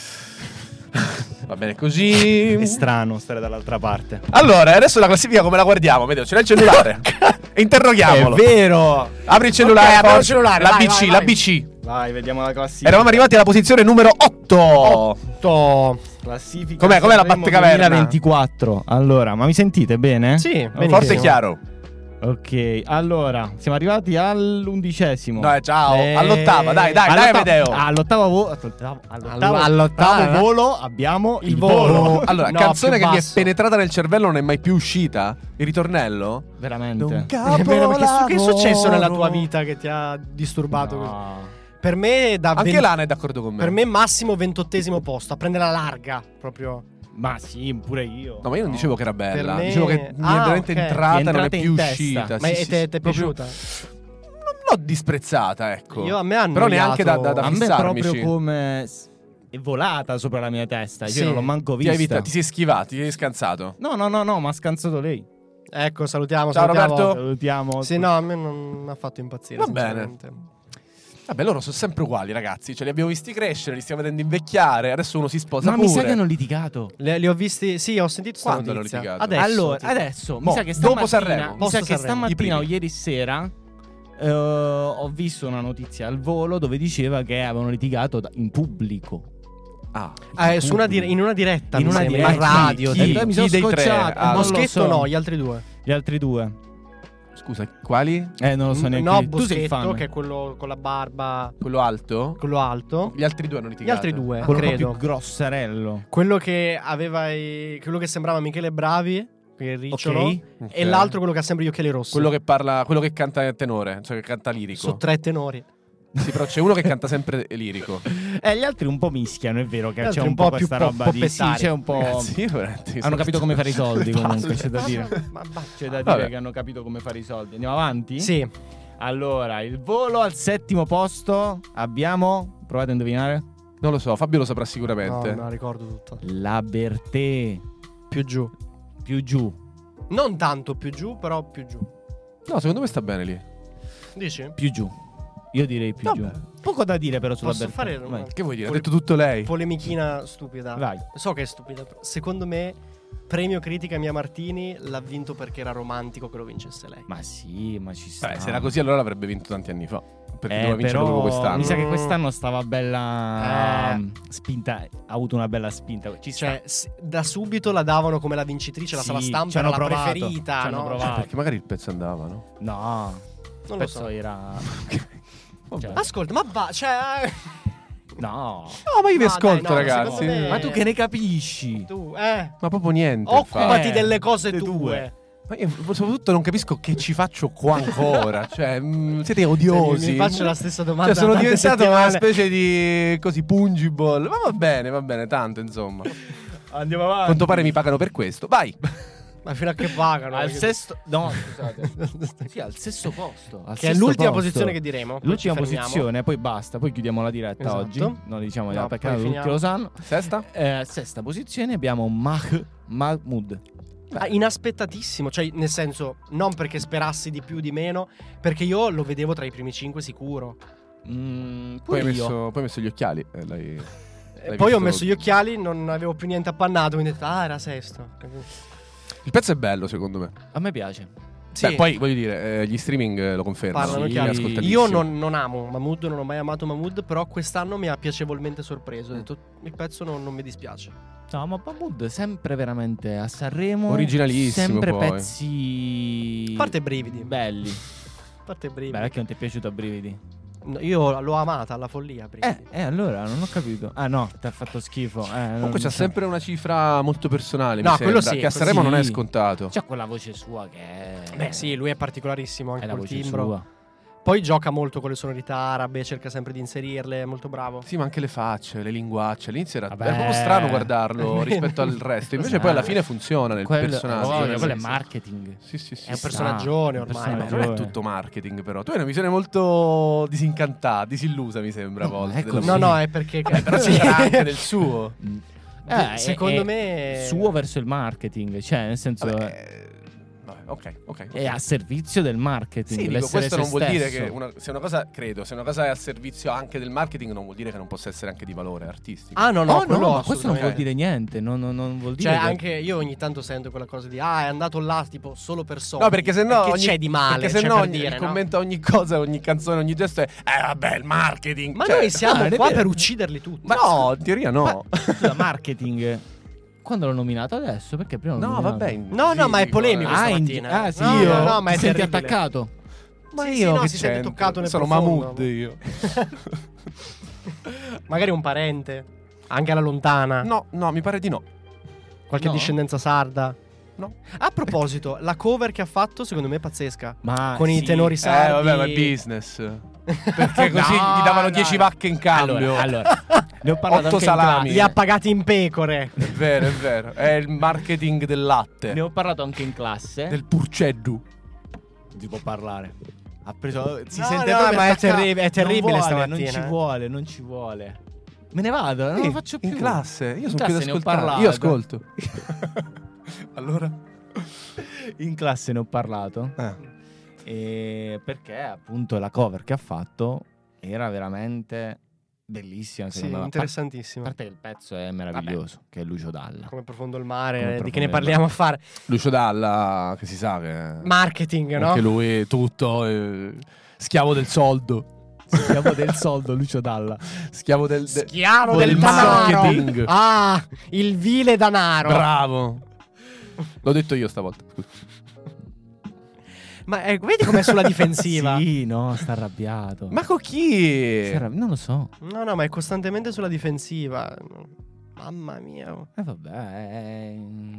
Va bene così. È strano stare dall'altra parte. Allora, adesso la classifica come la guardiamo? Medeo, ce l'hai il cellulare? Interroghiamolo. È vero. Apri il cellulare, apriamo il forza. cellulare, La vai, BC, vai, la vai. BC. Vai, vediamo la classifica. Eravamo arrivati alla posizione numero 8. Classifica. Com'è la Sanremo Battecaverna? 2024. Allora, ma mi sentite bene? Sì, Forte e benissimo. chiaro. Ok, allora, siamo arrivati all'11°. No, ciao. All'ottava, dai, Medeo. All'ottavo All'ottava volo abbiamo il volo. volo. Allora, No, canzone più che mi è basso. penetrata nel cervello, non è mai più uscita. Il ritornello? Veramente. È vero, ma che è successo nella tua vita che ti ha disturbato così? No. Per me Anche Lana è d'accordo con me. Per me massimo 28° posto, a prendere la larga proprio. Ma sì, pure io. No, ma io non dicevo che era bella. Per me- Dicevo che mi è Ah, veramente ok. entrata, È non è entrata più in testa. uscita. Ma Sì, ti sì, è sì, proprio- piaciuta? Non l'ho disprezzata, ecco. Io a me hanno Però neanche da A me fissarmici. proprio come è volata sopra la mia testa. Io Sì. non l'ho manco Ti vista. sei schivato, ti sei scansato. No, ma ha scansato lei. Ecco, salutiamo. Ciao, salutiamo. Roberto. Salutiamo. Sì, no, a me non mi ha fatto impazzire. Va bene. sinceramente. Vabbè, loro sono sempre uguali, ragazzi. Ce li abbiamo visti crescere, li stiamo vedendo invecchiare. Adesso uno si sposa Ma pure. mi sa che hanno litigato. Li ho visti. Sì, ho sentito sta Quando hanno notizia. litigato? Adesso. Allora, tipo. adesso Mo, mi sa che dopo stamattina, Sanremo. mi sa Post che Sanremo. stamattina o I primi. ieri sera ho visto una notizia al volo dove diceva che avevano litigato in pubblico. Ah, Su in una diretta. In mi una sembra, diretta. in radio. Chi? tipo. Mi sono dei tre? scocciato. Ah, non lo Boschetto so. no, gli altri due. Gli altri due. scusa, quali? Non lo so neanche No, io. Tu sei Boschetto, fan. che è quello con la barba, Quello alto? quello alto. Gli altri due hanno Gli litigato. altri due, Quello credo. più grossarello. Quello che aveva quello che sembrava Michele Bravi, il ricciolo, Ok. Ok. e l'altro quello che ha sempre gli occhiali rossi. Quello che parla, quello che canta in tenore, cioè che canta lirico. Sono 3 tenori. Sì, però c'è uno che canta sempre lirico. Gli altri un po' mischiano, è vero che Gli c'è altri un po' più questa roba di sì, poppettari. c'è un po'. Ragazzi, io veramente mi Hanno sono- capito come fare i soldi comunque, c'è da dire. Ma C'è da Vabbè. dire che hanno capito come fare i soldi. Andiamo avanti? Sì, Allora, il volo al 7° posto abbiamo. Provate a indovinare. Non lo so, Fabio lo saprà no, sicuramente. me la ricordo tutta. La Bertè. Più giù. Più giù. Non tanto più giù, però più giù. No, secondo me sta bene lì. Dici? Più giù. Io direi più Vabbè. giù. Poco da dire però sulla Posso Bertè. fare Vai. Che vuoi dire? Ha Pole- detto tutto lei. Polemichina stupida. Vai. So che è stupida. Secondo me, premio critica Mia Martini l'ha vinto perché era romantico che lo vincesse lei. Ma sì, ma ci sta. Beh, se era così allora l'avrebbe vinto tanti anni fa. Perché doveva vincere però proprio quest'anno. mi sa che quest'anno stava bella Eh. spinta. Ha avuto una bella spinta. Ci sta. Cioè, da subito la davano come la vincitrice, la Sì, sala stampa ci era hanno la provato, preferita. ci hanno no? provato. Perché magari il pezzo andava, no? No. Non lo Questo so. era. Cioè, Ascolta, ma va, cioè. no. No, ma io vi No, ascolto, dai, no, ragazzi. secondo me- Ma tu che ne capisci? Tu, Ma proprio niente. occupati Eh, delle cose le tue. tue. Ma io soprattutto non capisco che ci faccio qua ancora. Cioè, siete odiosi. Mi faccio la stessa domanda. Cioè, sono da tante diventato una settimane. specie di così pungible. Ma va bene, tanto, insomma. A Andiamo avanti. quanto pare mi pagano per questo. Vai. Ma fino a che pagano? Al Perché- sesto. No, scusate. Sì, al sesto posto. Al Che è sesto l'ultima posto. posizione che diremo. poi L'ultima ci fermiamo. posizione, poi basta. Poi chiudiamo la diretta Esatto. oggi. No, diciamo No, perché poi tutti finiamo. lo sanno. Sesta? Sesta posizione abbiamo Mahmood. Inaspettatissimo, cioè nel senso, non perché sperassi di più di meno, perché io lo vedevo tra i primi 5 sicuro. Poi Poi hai messo gli occhiali. L'hai E poi ho visto? messo gli occhiali, non avevo più niente appannato, quindi ho detto, era sesto. Il pezzo è bello, secondo me. A me piace. Sì, Beh, poi voglio dire, gli streaming lo confermano. parlano sì, chiaro. ascoltatissimo. Io non amo Mahmood, non ho mai amato Mahmood, però quest'anno mi ha piacevolmente sorpreso. Ho detto, il pezzo non mi dispiace. No, ma Mahmood sempre veramente a Sanremo. Originalissimo, Sempre poi. pezzi. A parte i brividi. belli. A parte i brividi. Beh, perché non ti è piaciuto a brividi? No, io l'ho amata alla follia. Brividi. Allora non ho capito. Ah no, ti ha fatto schifo. Comunque c'ha sempre una cifra molto personale. No, mi quello sembra, sì, che a Sanremo sì. non è scontato. C'ha quella voce sua che è. Beh, sì, lui è particolarissimo è anche la col voce timbro. sua. Poi gioca molto con le sonorità arabe, cerca sempre di inserirle, è molto bravo. Sì, ma anche le facce, le linguacce. All'inizio era, Vabbè. era proprio strano guardarlo rispetto al resto. Invece poi alla fine funziona nel personaggio. Quello è Sì, sì. marketing. Sì, È un sì. personaggione un ormai. personaggio. Non è tutto marketing, però. Tu hai una visione molto disincantata, disillusa, mi sembra a volte. è della così. No, musica. no, è perché... Però Sì. c'era anche del suo. Secondo è me... suo verso il marketing, cioè nel senso Vabbè, ok. È a servizio del marketing. Sì, dico, l'essere questo se non vuol dire stesso. che se una cosa, credo, se una cosa è a servizio anche del marketing, non vuol dire che non possa essere anche di valore artistico. Ah, no, No, quello ma questo non vuol assolutamente. dire niente. Non vuol dire Cioè, che- anche io ogni tanto sento quella cosa di è andato là tipo solo per soldi. No, perché sennò che c'è di male? Perché sennò per ogni, dire, il no? commento a ogni cosa, ogni canzone, ogni gesto è vabbè, il marketing. Ma Cioè, noi siamo non è qua vero. per ucciderli tutti. ma no, in teoria no. Scusa, marketing. Quando l'ho nominato adesso? Perché prima l'ho No, nominato. vabbè. No, ma è polemico Ah, stamattina. sì, No, io. no, ma è Ti senti terribile. attaccato? Ma Sì, io sì, no, che si sente c'entro? toccato nel Sono profondo. Mahmood io. Magari un parente, anche alla lontana. No, mi pare di no. Qualche No? discendenza sarda. No. A proposito, la cover che ha fatto secondo me è pazzesca. Ma Con i sì. tenori sardi. Vabbè, ma è business. Perché così No, gli davano no. 10 vacche in cambio. Allora, ne ho parlato 8 anche salami. Li ha pagati in pecore. È vero. È il marketing del latte. Ne ho parlato anche in classe. Del purceddu. Si può parlare. Ha preso. Si No, sente no, proprio ma è attaccato. terribile Non vuole, stamattina. Non ci vuole. Me ne vado, non lo faccio più. In classe. Io In sono qui ad classe ne ho ascoltare. parlato. Io ascolto. Allora? In classe ne ho parlato. Perché appunto la cover che ha fatto era veramente bellissima. Sì, Secondo me. A interessantissimo. parte che il pezzo è meraviglioso, che è Lucio Dalla. Come profondo il Come mare, di profondo che ne il parliamo a fare? Lucio Dalla, che si sa che... Marketing, no? Anche lui, tutto, schiavo del soldo. Schiavo del soldo, Lucio Dalla. Schiavo del... Schiavo del del danaro. marketing. Ah, il vile danaro. Bravo. L'ho detto io stavolta, scusa. Ma vedi com'è sulla difensiva? Sì, no, sta arrabbiato. Ma con chi? Non lo so. No, ma è costantemente sulla difensiva. Mamma mia. Vabbè.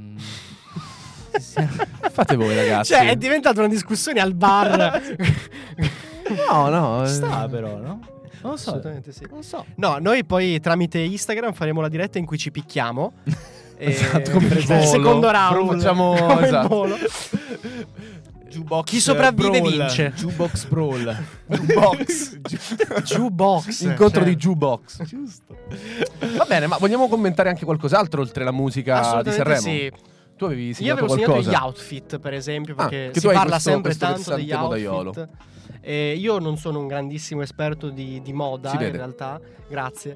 Fate voi, ragazzi. Cioè, è diventata una discussione al bar. No. Sta però, no? Non lo so. Assolutamente sì. Non lo so. No, noi poi tramite Instagram faremo la diretta in cui ci picchiamo. Esatto, come il il volo. secondo round. Facciamo- come esatto. il volo. Jukebox Chi sopravvive brawl. vince. Jukebox Brawl. Jukebox. Jukebox. Incontro cioè. di jukebox. Giusto. Va bene, ma vogliamo commentare anche qualcos'altro oltre la musica di Assolutamente Sanremo? sì. Tu avevi Io segnato avevo segnato qualcosa? gli outfit, per esempio, perché che si tu hai parla questo- sempre questo tanto versante degli modaiolo. outfit. Io non sono un grandissimo esperto di moda, Si in vede. realtà. Grazie.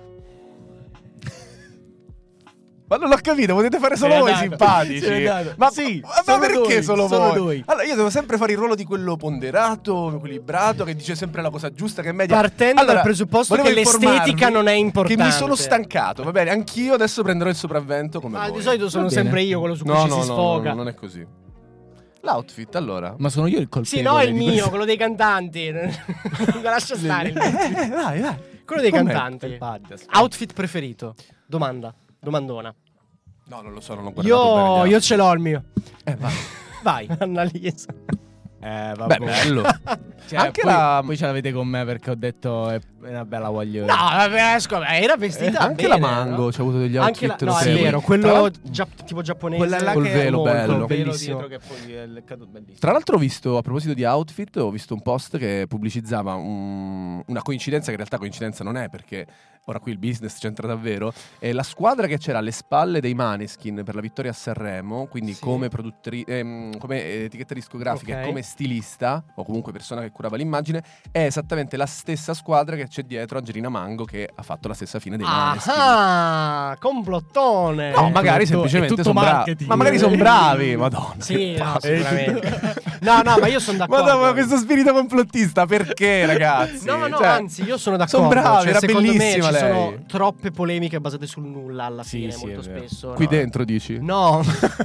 Ma non l'ho capito, potete fare solo Se n'è voi andato. simpatici. Se n'è andato. Ma, Sì, ma solo perché noi, solo solo voi? noi. Allora, io devo sempre fare il ruolo di quello ponderato, equilibrato, che dice sempre la cosa giusta, che è media. Partendo Allora, dal presupposto volevo che l'estetica informarvi non è importante. Che mi sono stancato, va bene? Anch'io adesso prenderò il sopravvento come Ma voi. di solito sono Va bene. sempre io quello su cui No, ci no, si no, sfoga. no, non è così. L'outfit, allora. Ma sono io il colpevole. Sì, no, è il di mio, questo. quello dei cantanti. Lascia stare. il mio. Vai. Quello dei Com'è? cantanti. Padda, Outfit preferito? Domandona. No, non lo so, non ho guardato bene gli Io ce l'ho il mio. vai. Vai. Annalisa. Vabbè. Beh, bello. Cioè, Anche poi ce l'avete con me perché ho detto è una bella voglio. No, vabbè, era vestita Anche bene, la Mango, no? c'ha avuto degli Anche outfit no, è notevoli. vero, Tra quello l'altro- tipo giapponese. Quella là Col che velo, è molto, bello. il velo Bellissimo. dietro che poi è il caduto bellissimo. Tra l'altro ho visto, a proposito di outfit, ho visto un post che pubblicizzava una coincidenza che in realtà coincidenza non è, perché ora qui il business c'entra davvero. È la squadra che c'era alle spalle dei Maneskin per la vittoria a Sanremo, quindi Sì. come come etichetta discografica Ok. e come stilista, o comunque persona che curava l'immagine, è esattamente la stessa squadra che c'è dietro Angelina Mango, che ha fatto la stessa fine dei Maneskin. Ah, complottone. No, magari tutto- semplicemente è tutto sono bravi. marketing. Ma magari sono bravi, madonna. Sì, che no, palle. sicuramente. No, ma io sono d'accordo. Madonna, ma questo spirito complottista, perché, ragazzi? No, Cioè, anzi, io sono d'accordo. Sono bravi, Cioè, era secondo me bellissima ci lei. sono troppe polemiche basate sul nulla alla Sì, fine, sì, molto è vero. spesso. Qui no? dentro dici? No,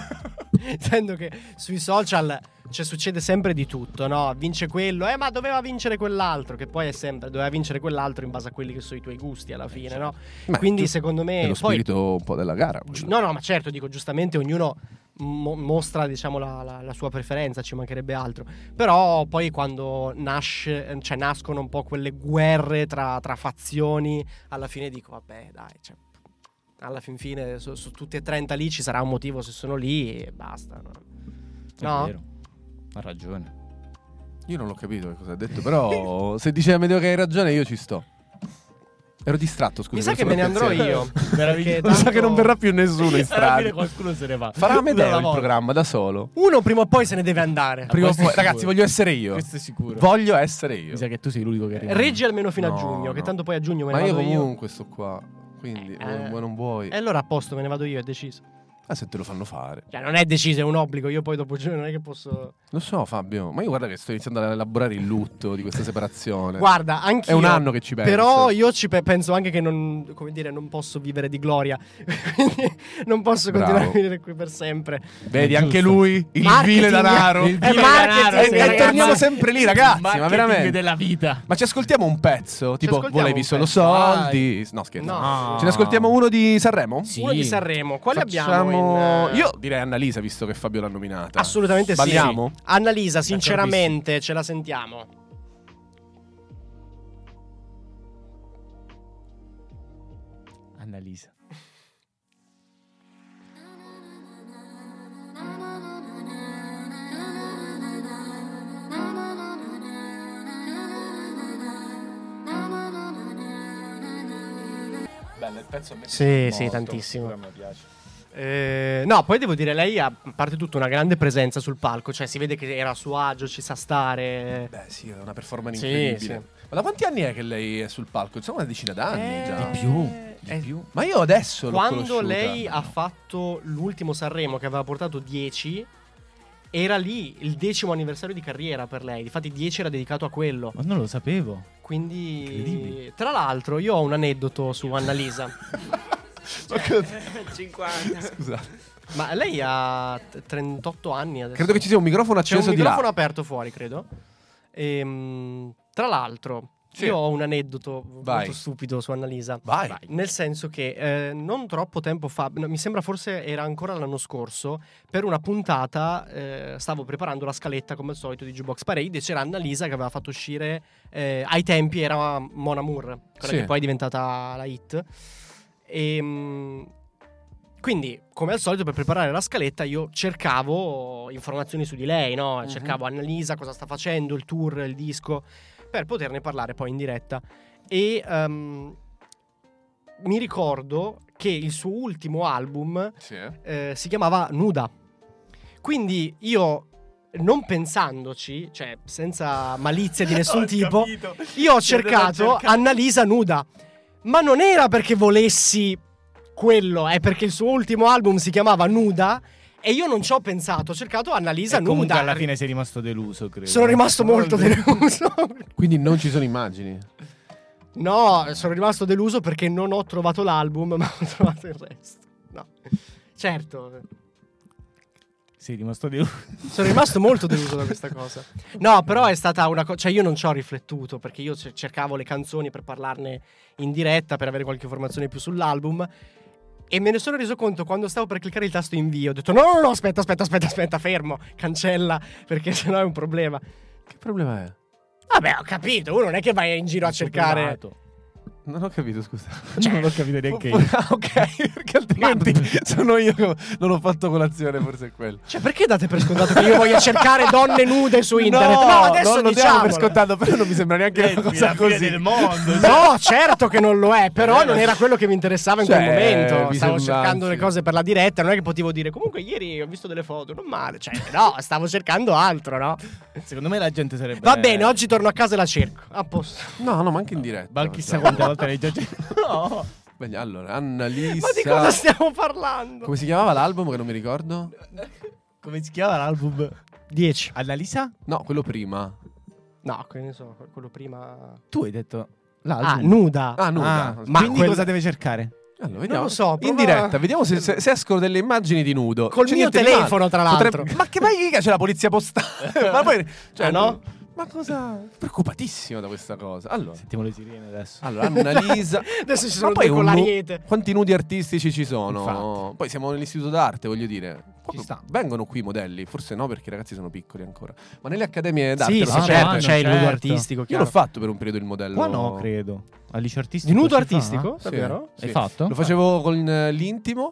intendo che sui social succede sempre di tutto, no? Vince quello, ma doveva vincere quell'altro, che poi è sempre, doveva vincere quell'altro in base a quelli che sono i tuoi gusti alla fine, no? Ma Quindi tu- secondo me... È lo poi, spirito un po' della gara. quello. no, ma certo, dico, giustamente ognuno mostra, diciamo, la sua preferenza, ci mancherebbe altro. Però poi quando nascono un po' quelle guerre tra fazioni, alla fine dico, vabbè, dai, cioè, alla fin fine su tutti e 30 lì ci sarà un motivo se sono lì e basta, no? È No? vero. Ha ragione. Io non l'ho capito che cosa ha detto, però se dice Amedeo che hai ragione io ci sto. Ero distratto, scusa. Mi sa che me ne andrò io. Meraviglioso. Mi sa che non verrà più nessuno in strada. Qualcuno se ne va. Farà Amedeo il volta. programma da solo. Uno prima o poi se ne deve andare. Prima o questo poi, è sicuro. ragazzi, voglio essere io. Questo è sicuro. Voglio essere io. Mi sa che tu sei l'unico che arriva. Reggi almeno fino a No, giugno, che no. tanto poi a giugno me ne Ma io vado io. comunque sto qua. Quindi, vuoi non vuoi. E allora a posto, me ne vado io, è deciso. Se te lo fanno fare. Cioè, non è deciso, è un obbligo. Io poi dopo giugno non è che posso. Lo so, Fabio. Ma io guarda che sto iniziando ad elaborare il lutto di questa separazione. Guarda, anche È un anno che ci penso. Però io penso anche che non, come dire, non posso vivere di gloria. Quindi non posso continuare a venire qui per sempre. Vedi, È anche giusto. lui, il Marketing. vile danaro. Il È vile marketing, danaro, sì, E ragazzi. torniamo sempre lì, ragazzi. Ma Marketing veramente. della vita. Ma ci ascoltiamo un pezzo? Tipo, ascoltiamo volevi un solo pezzo, soldi? No, scherzo. No. Ce ne ascoltiamo uno di Sanremo? Sì. Uno di Sanremo. Quale Facciamo... abbiamo in... Io direi Annalisa, visto che Fabio l'ha nominata. Assolutamente sì. Balliamo? Annalisa, sinceramente, ce la sentiamo. Annalisa. Bello, il pezzo a me Sì, sì, tantissimo. No, poi devo dire, lei ha, a parte tutto, una grande presenza sul palco. Cioè, si vede che era a suo agio, ci sa stare. Beh, sì, è una performance Sì, incredibile. Ma da quanti anni è che lei è sul palco? Insomma, una decina d'anni già. Di più. Di più. Ma io adesso l'ho Quando conosciuta. lei ha fatto l'ultimo Sanremo, che aveva portato 10, era lì il 10° anniversario di carriera per lei. Difatti 10 era dedicato a quello. Ma non lo sapevo. Quindi, Incredibile. tra l'altro, io ho un aneddoto su Annalisa. 50. Scusate. Ma lei ha 38 anni adesso. Credo che ci sia un microfono C'è acceso un di microfono là. aperto fuori, credo. Tra l'altro, Sì. io ho un aneddoto Vai. molto stupido su Annalisa. Vai. Nel senso che non troppo tempo fa, no, mi sembra forse era ancora l'anno scorso, per una puntata stavo preparando la scaletta come al solito di Jukebox Parade e c'era Annalisa che aveva fatto uscire, ai tempi era Mon Amour, quella Sì. che poi è diventata la hit. Quindi, come al solito, per preparare la scaletta io cercavo informazioni su di lei, no? Cercavo Annalisa, cosa sta facendo, il tour, il disco, per poterne parlare poi in diretta. E mi ricordo che il suo ultimo album Sì. si chiamava Nuda. Quindi io, non pensandoci, cioè senza malizia di nessun tipo, io ho cercato Annalisa nuda. Ma non era perché volessi quello, è perché il suo ultimo album si chiamava Nuda e io non ci ho pensato, ho cercato Annalisa E comunque nuda. alla fine sei rimasto deluso, credo. Sono rimasto molto deluso. Quindi non ci sono immagini. No, sono rimasto deluso perché non ho trovato l'album, ma ho trovato il resto. No. Certo. Sei rimasto deluso. Sono rimasto molto deluso da questa cosa. No, però è stata una cosa. Cioè, io non ci ho riflettuto perché io cercavo le canzoni per parlarne in diretta, per avere qualche informazione più sull'album. E me ne sono reso conto quando stavo per cliccare il tasto invio. Ho detto: no, aspetta, fermo, cancella, perché sennò è un problema. Che problema è? Vabbè, ho capito. Uno non è che vai in giro a cercare. Non ho capito, scusa. Non ho capito neanche io. Ok, perché altrimenti sono io che non ho fatto colazione, forse è quello. Cioè, perché date per scontato che io voglia cercare donne nude su internet? No, adesso non lo diamo diciamolo. per scontato, però non mi sembra neanche una cosa la fine così. del mondo. No, certo che non lo è, però non era quello che mi interessava in Cioè, quel momento. mi Stavo sembra, cercando sì. le cose per la diretta, non è che potevo dire comunque ieri ho visto delle foto, non male. Cioè, no, stavo cercando altro, no? Secondo me la gente sarebbe. Va bene, oggi torno a casa e la cerco. A posto. No, ma anche in diretta. Ma chissà quante volte l'hai già. No. Bene, allora, Annalisa. Ma di cosa stiamo parlando? Come si chiamava l'album che non mi ricordo? Come si chiama l'album? 10. Annalisa? No, quello prima. No, che ne so, quello prima. Tu hai detto Ah, l'album. nuda. Ah, nuda. Ah, Ma quindi quella- cosa deve cercare? Allora, vediamo. Non lo so, in prova- diretta, vediamo se escono delle immagini di nudo. Col C'è mio niente di telefono, male. tra l'altro. Ma che mai mica c'è la polizia postale? Ma poi. Cioè, Ah, no? Ma cosa. Preoccupatissimo da questa cosa. Allora. Sentiamo le sirene adesso. Allora, Annalisa. Adesso ci Ma sono poi due con l'ariete. quanti nudi artistici ci sono? Infatti. Poi siamo nell'istituto d'arte, voglio dire. Ci sta. Vengono qui i modelli, forse no perché i ragazzi sono piccoli ancora. Ma nelle accademie d'arte Sì, lo sì, fanno. certo, vanno, c'è il nudo certo. artistico. Io chiaro. l'ho fatto per un periodo il modello. Qua no, credo. Al liceo artistico. Di nudo si fa? artistico? Sì, Davvero? sì. Hai fatto? Lo facevo con l'intimo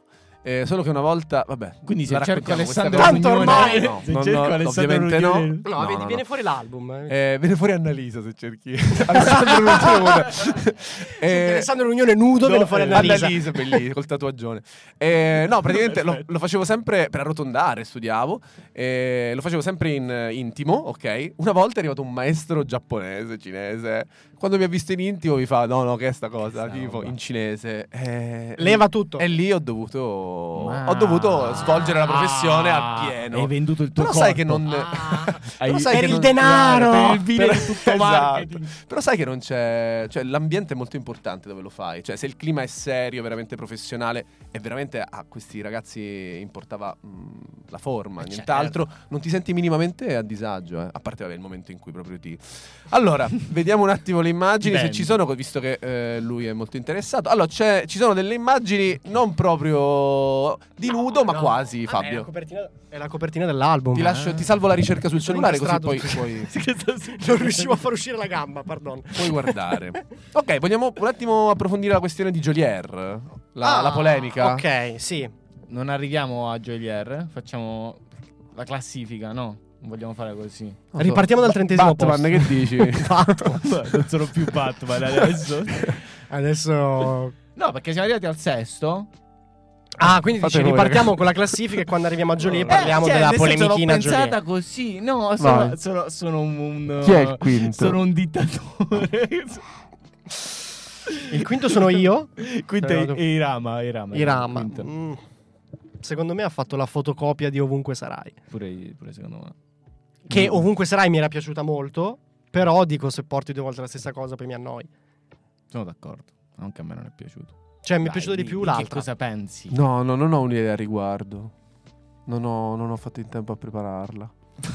Solo che una volta, vabbè, quindi se la cerco raccontiamo Alessandro questa Tanto cosa. ormai- No, se no, cerco no, Alessandro ovviamente no. Ruggeri- No, vedi, viene fuori l'album. Viene fuori Annalisa se cerchi Alessandro Ruggeri nudo. Alessandro Rugnone nudo, viene fuori Annalisa. Annalisa, bellissimo, col tatuaggione. No, praticamente lo facevo sempre per arrotondare, studiavo. Lo facevo sempre in intimo, ok? Una volta è arrivato un maestro giapponese, cinese. Quando mi ha visto in intimo mi fa: no, che è sta cosa? Tipo in cinese. Leva tutto. E lì ho dovuto svolgere la professione al pieno. Hai venduto il tuo Però corpo. sai che non. Però sai per che il non- denaro! Per il vile Per- di tutto esatto. marketing. Però sai che non c'è. Cioè, l'ambiente è molto importante dove lo fai. Cioè, se il clima è serio, veramente professionale, e veramente a questi ragazzi importava la forma, nient'altro, non ti senti minimamente a disagio. A parte il momento in cui proprio ti. Allora, vediamo un attimo le immagini. Dipende. Se ci sono, visto che lui è molto interessato. Allora, ci sono delle immagini non proprio di nudo, ma No. quasi, Ah, Fabio. è la copertina dell'album. Ti salvo la ricerca sul Sono cellulare, così incastrato. puoi Non riuscivo a far uscire la gamba, pardon. puoi guardare. Ok, vogliamo un attimo approfondire la questione di Jolier, la polemica. Ok, sì. Non arriviamo a Jolier, facciamo la classifica, no? Non vogliamo fare così. Non so. Ripartiamo dal 30° Batman, posto. che dici? Non sono più Batman adesso. Adesso. No, perché siamo arrivati al sesto. Ah, quindi Fate dici, voi, ripartiamo ragazzi. con la classifica e quando arriviamo a Jolie parliamo cioè, della nel senso, polemichina l'ho pensata Jolie. così. No, Vai. sono un Chi è il quinto? Sono un dittatore. Il quinto sono io. Quinto è Irama. Irama. Quinto. Secondo me ha fatto la fotocopia di Ovunque Sarai. Pure secondo me. Che Ovunque Sarai mi era piaciuta molto. Però dico, se porti 2 volte la stessa cosa poi mi annoi. Sono d'accordo. Anche a me non è piaciuto. Cioè mi è Dai, piaciuto di più Che l'altra. cosa pensi? No, non ho un'idea a riguardo. Non ho fatto in tempo a prepararla.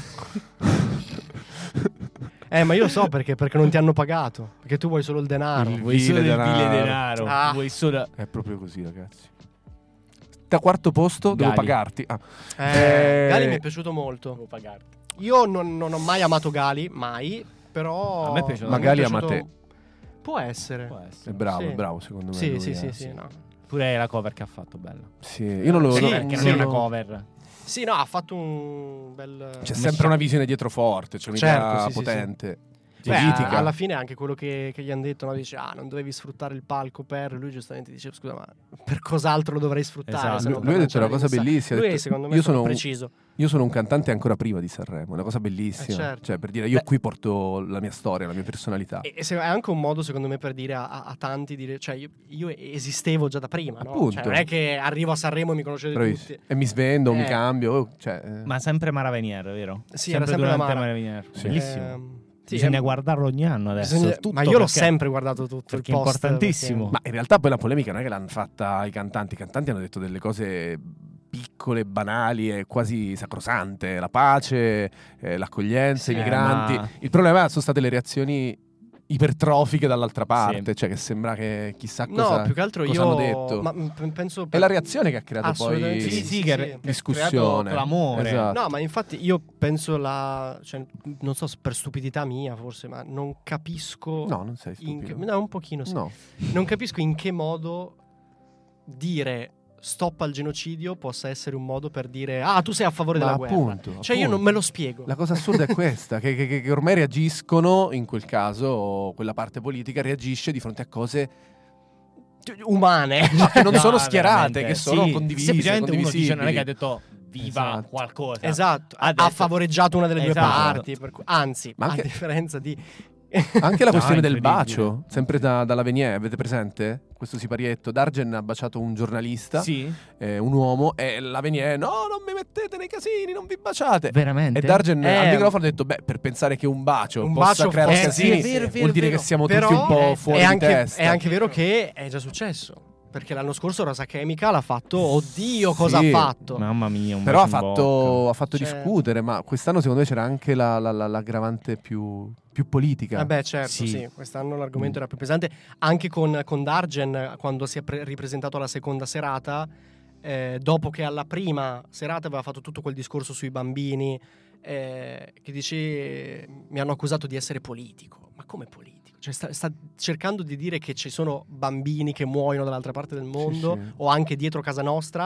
Ma io so perché non ti hanno pagato. Perché tu vuoi solo il denaro. Il Vuoi solo il vile vile denaro. denaro. Ah. Vuoi solo... È proprio così, ragazzi. Da quarto posto devo Gali. pagarti. Gali mi è piaciuto molto. Devo pagarti. Io non ho mai amato Gali, mai. Però A me è piaciuto. mi è Magari piaciuto- ama te. Può essere. Può È essere. bravo, Sì. è bravo secondo me. Sì, lui, sì, no. Pure la cover che ha fatto, bella. Sì, io non lo Sì, non- Perché non sì. è una cover. Sì, no, ha fatto un bel... C'è sempre una visione dietro forte, c'è un'idea Certo, sì, sì, potente. Beh, Politica. alla fine anche quello che gli hanno detto, no? Dice, non dovevi sfruttare il palco per... Lui giustamente dice, scusa, ma per cos'altro lo dovrei sfruttare? Esatto. se non Lui per ha detto una lanciare cosa il messaggio?" bellissima, ha Lui detto, secondo me io è stato sono un- preciso. Io sono un cantante ancora prima di Sanremo, è una cosa bellissima. certo. Cioè, per dire, io qui porto la mia storia, la mia personalità. E è anche un modo, secondo me, per dire a tanti, dire, cioè io esistevo già da prima, no? Appunto. Cioè, non è che arrivo a Sanremo e mi conoscete Bravissimo. tutti. E mi svendo, mi Eh. cambio. Ma sempre Mara Venier, vero? Sì, era sempre durante la Mara. Venier. Sì. Bellissimo. Sì, Bisogna guardarlo ogni anno adesso. tutto ma io l'ho perché- sempre guardato tutto. perché il è post, importantissimo. Ma in realtà poi la polemica non è che l'hanno fatta i cantanti. I cantanti hanno detto delle cose piccole, banali e quasi sacrosante. La pace, l'accoglienza, i migranti. ma- Il problema sono state le reazioni ipertrofiche dall'altra parte. Sì. Cioè che sembra che chissà cosa, No, più che altro cosa io hanno detto. ma penso È la reazione che ha creato poi Assolutamente Sì, che sì. discussione. creato clamore. Esatto. No, ma infatti io penso cioè, non so se per stupidità mia forse, ma non capisco No, non sei stupido. no, un pochino sì. No. Non capisco in che modo dire stop al genocidio possa essere un modo per dire tu sei a favore Ma della guerra. appunto, Cioè io non appunto. me lo spiego. La cosa assurda è questa, che ormai reagiscono, in quel caso, quella parte politica reagisce di fronte a cose Umane. che non No, sono schierate, veramente. che sono Sì, condivise, semplicemente uno dice, non è che ha condivisibili. detto viva Esatto. qualcosa. Esatto, Ha ha detto- favoreggiato una delle due Esatto. parti, anzi, Ma anche- a differenza di Anche la No, questione del incredibile. bacio, sempre dalla Venier, avete presente? Questo siparietto, Dargen ha baciato un giornalista, Sì, un uomo, e la Venier, no, non mi mettete nei casini, non vi baciate. veramente. E Dargen al Eh, microfono ha detto, per pensare che un bacio un possa bacio creare fosse- casini, sì, è vero, vuol dire che siamo Però tutti un po' fuori è di anche, testa. è anche vero che è già successo. Perché l'anno scorso Rosa Chemical ha fatto, oddio, cosa Sì, ha fatto? Mamma mia, un Però ha bacio in fatto, ha fatto Cioè- discutere, ma quest'anno secondo me c'era anche l'aggravante più politica. Vabbè, certo, Sì. sì. Quest'anno l'argomento era più pesante. Anche con Dargen, quando si è ripresentato alla seconda serata, dopo che alla prima serata aveva fatto tutto quel discorso sui bambini, che dice, mi hanno accusato di essere politico. Ma come politico? Cioè sta cercando di dire che ci sono bambini che muoiono dall'altra parte del mondo, Sì. o anche dietro casa nostra,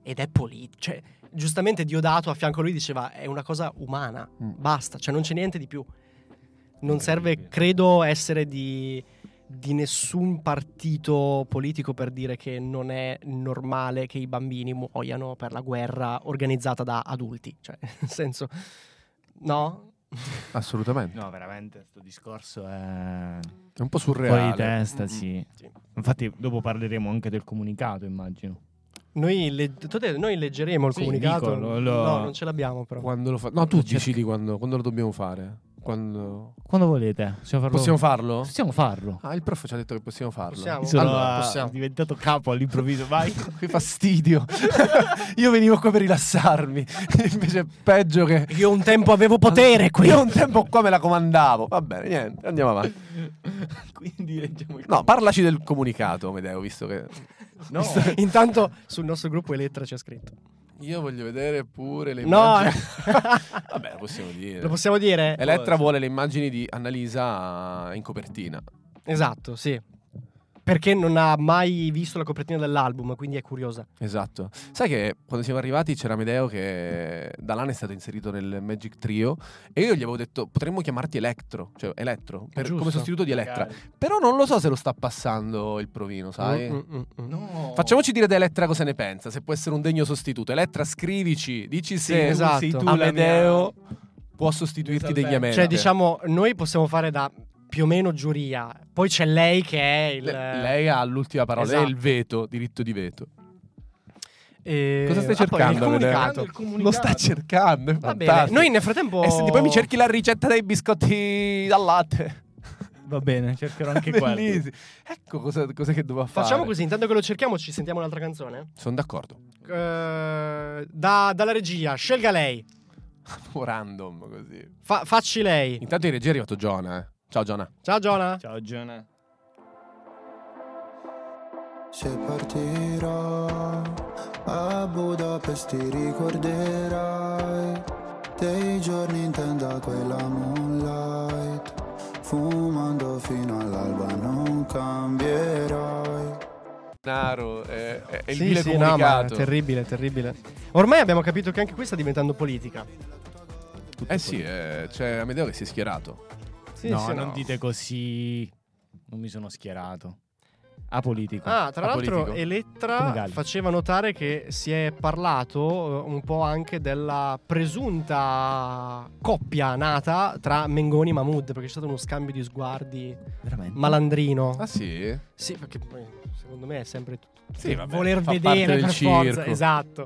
ed è cioè, giustamente Diodato a fianco a lui diceva è una cosa umana, basta, cioè non c'è niente di più. Non serve, credo, essere di nessun partito politico per dire che non è normale che i bambini muoiano per la guerra organizzata da adulti, cioè nel senso, no? Assolutamente. No, veramente, questo discorso è un po' surreale. fuori di testa, sì. Sì. Infatti dopo parleremo anche del comunicato, immagino. Noi leggeremo il Sì, comunicato. dico, No, non ce l'abbiamo però. Quando lo no, tu decidi quando lo dobbiamo fare. Quando volete? possiamo farlo? Possiamo farlo. Ah, il prof ci ha detto che possiamo farlo. Possiamo? Allora, possiamo. diventato capo all'improvviso, vai. Che fastidio. Io venivo qua per rilassarmi. Invece è peggio che Io un tempo avevo potere qui. Io un tempo qua me la comandavo. Va bene, niente, andiamo avanti. Quindi leggiamo il No, parlaci del comunicato, Amedeo, visto che No. Intanto sul nostro gruppo Elettra c'è scritto. io voglio vedere pure le No, immagini. Vabbè, lo possiamo dire. lo possiamo dire? Elettra vuole le immagini di Annalisa in copertina. Esatto, sì. Perché non ha mai visto la copertina dell'album, quindi è curiosa. Esatto. Sai che quando siamo arrivati c'era Amedeo che da là è stato inserito nel Magic Trio e io gli avevo detto potremmo chiamarti Electro, cioè Elettro, Giusto. come sostituto di Elettra. Però non lo so se lo sta passando il provino, sai? No. Facciamoci dire da Elettra cosa ne pensa, se può essere un degno sostituto. Elettra, scrivici, dici se esatto. sei tu Amedeo può sostituirti degnamente. Cioè, diciamo, noi possiamo fare da più o meno giuria. Poi c'è lei che è il... Lei ha l'ultima parola, lei è il veto, diritto di veto. Cosa stai cercando? Poi il Amedeo? comunicato. Lo sta cercando, è Va bene. fantastico. Noi nel frattempo... E senti, poi mi cerchi la ricetta dei biscotti al latte. Va bene, cercherò anche quello. Bellissimo. Ecco cosa che doveva fare. Facciamo così, intanto che lo cerchiamo ci sentiamo un'altra canzone? Sono d'accordo. Dalla regia, scelga lei. Random così. Facci lei. Intanto in regia è arrivato Giona, Ciao Giona. Ciao Giona. Ciao Giona. Se partirò a Budapest ti ricorderai dei giorni in tenda quella moonlight, fumando fino all'alba non cambierai. Naro, è il Sì, vile sì, no, ma comunicato. è terribile, terribile. Ormai abbiamo capito che anche qui sta diventando politica. Sì, c'è Amedeo che si è schierato. Sì, no, sì, non dite così. Non mi sono schierato. Apolitico. Ah, tra l'altro Apolitico. Come Elettra Galli. faceva notare che si è parlato un po' anche della presunta coppia nata tra Mengoni e Mahmood, perché c'è stato uno scambio di sguardi Veramente? malandrino. Ah sì? Sì, perché poi secondo me è sempre Sì, vabbè, voler fa parte vedere del per forza, circo. esatto.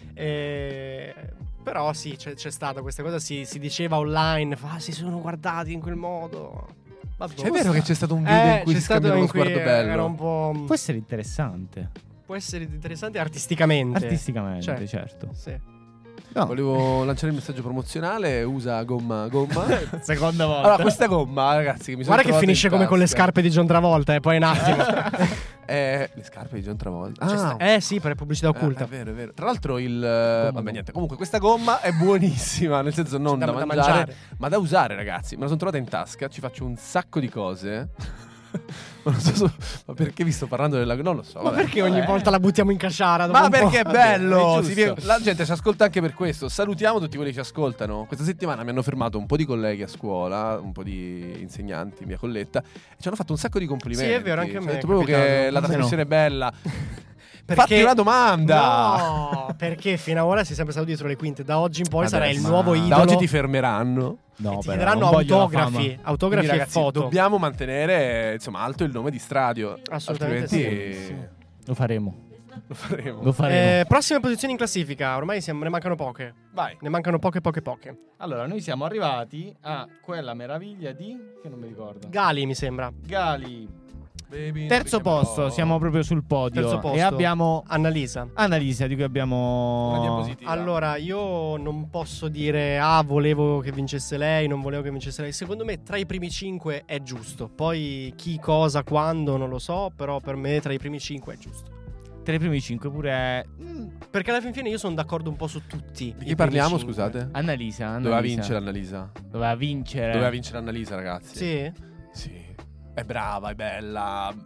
Però sì, c'è stata questa cosa, si diceva online, si sono guardati in quel modo. Vabbè, Cioè, è vero che c'è stato un video in cui c'è si scambiano uno stato in cui sguardo bello. era un po'... Può essere interessante. Può essere interessante artisticamente. Artisticamente, Cioè, certo. Sì. No. Volevo lanciare il messaggio promozionale, usa gomma. Seconda volta. Allora, questa gomma, ragazzi, che mi sono Guarda che trovato finisce in come con le tasca. scarpe di John Travolta, poi un attimo. Le scarpe di John Travolta. Sì, per pubblicità occulta. È vero, è vero. Tra l'altro vabbè, niente. Comunque questa gomma è buonissima, nel senso non Da da mangiare, ma da usare, ragazzi. Me la sono trovata in tasca, ci faccio un sacco di cose. Ma non so ma perché vi sto parlando della... Non lo so. Ma vabbè. perché ogni volta la buttiamo in casciara? dopo Ma un po'? perché è bello! è giusto. La gente ci ascolta anche per questo. Salutiamo tutti quelli che ci ascoltano. Questa settimana mi hanno fermato un po' di colleghi a scuola, un po' di insegnanti, mia colletta, e ci hanno fatto un sacco di complimenti. Sì, è vero, anche a Ci me hanno detto è proprio capitato. che la trasmissione è bella. Perché... Fatti una domanda! No, perché fino ad ora sei sempre stato dietro le quinte. Da oggi in poi sarai il Adesso. nuovo Da idolo. oggi ti fermeranno. No, ti però, chiederanno non voglio la autografi, fama. autografi Quindi, e ragazzi, foto. dobbiamo mantenere insomma alto il nome di Stradio. Assolutamente altrimenti sì. Lo faremo. lo faremo. Lo faremo. Prossime posizioni in classifica. Ormai ne mancano poche. Vai. Ne mancano poche. Allora, noi siamo arrivati a quella meraviglia di... che non mi ricordo. Gali, mi sembra. Gali. Baby, Terzo non richiamerò. posto, siamo proprio sul podio. Terzo posto. E abbiamo Annalisa. Annalisa, di cui Una abbiamo... diapositiva. Allora, io non posso dire volevo che vincesse lei, non volevo che vincesse lei. Secondo me tra i primi 5 è giusto. Poi chi, cosa, quando non lo so, però per me tra i primi 5 è giusto. Tra i primi 5 pure... Perché alla fine io sono d'accordo un po' su tutti. Di chi parliamo, scusate? Annalisa. Doveva vincere Annalisa. Doveva vincere. Doveva vincere Annalisa, ragazzi. Sì? Sì. È brava, è bella.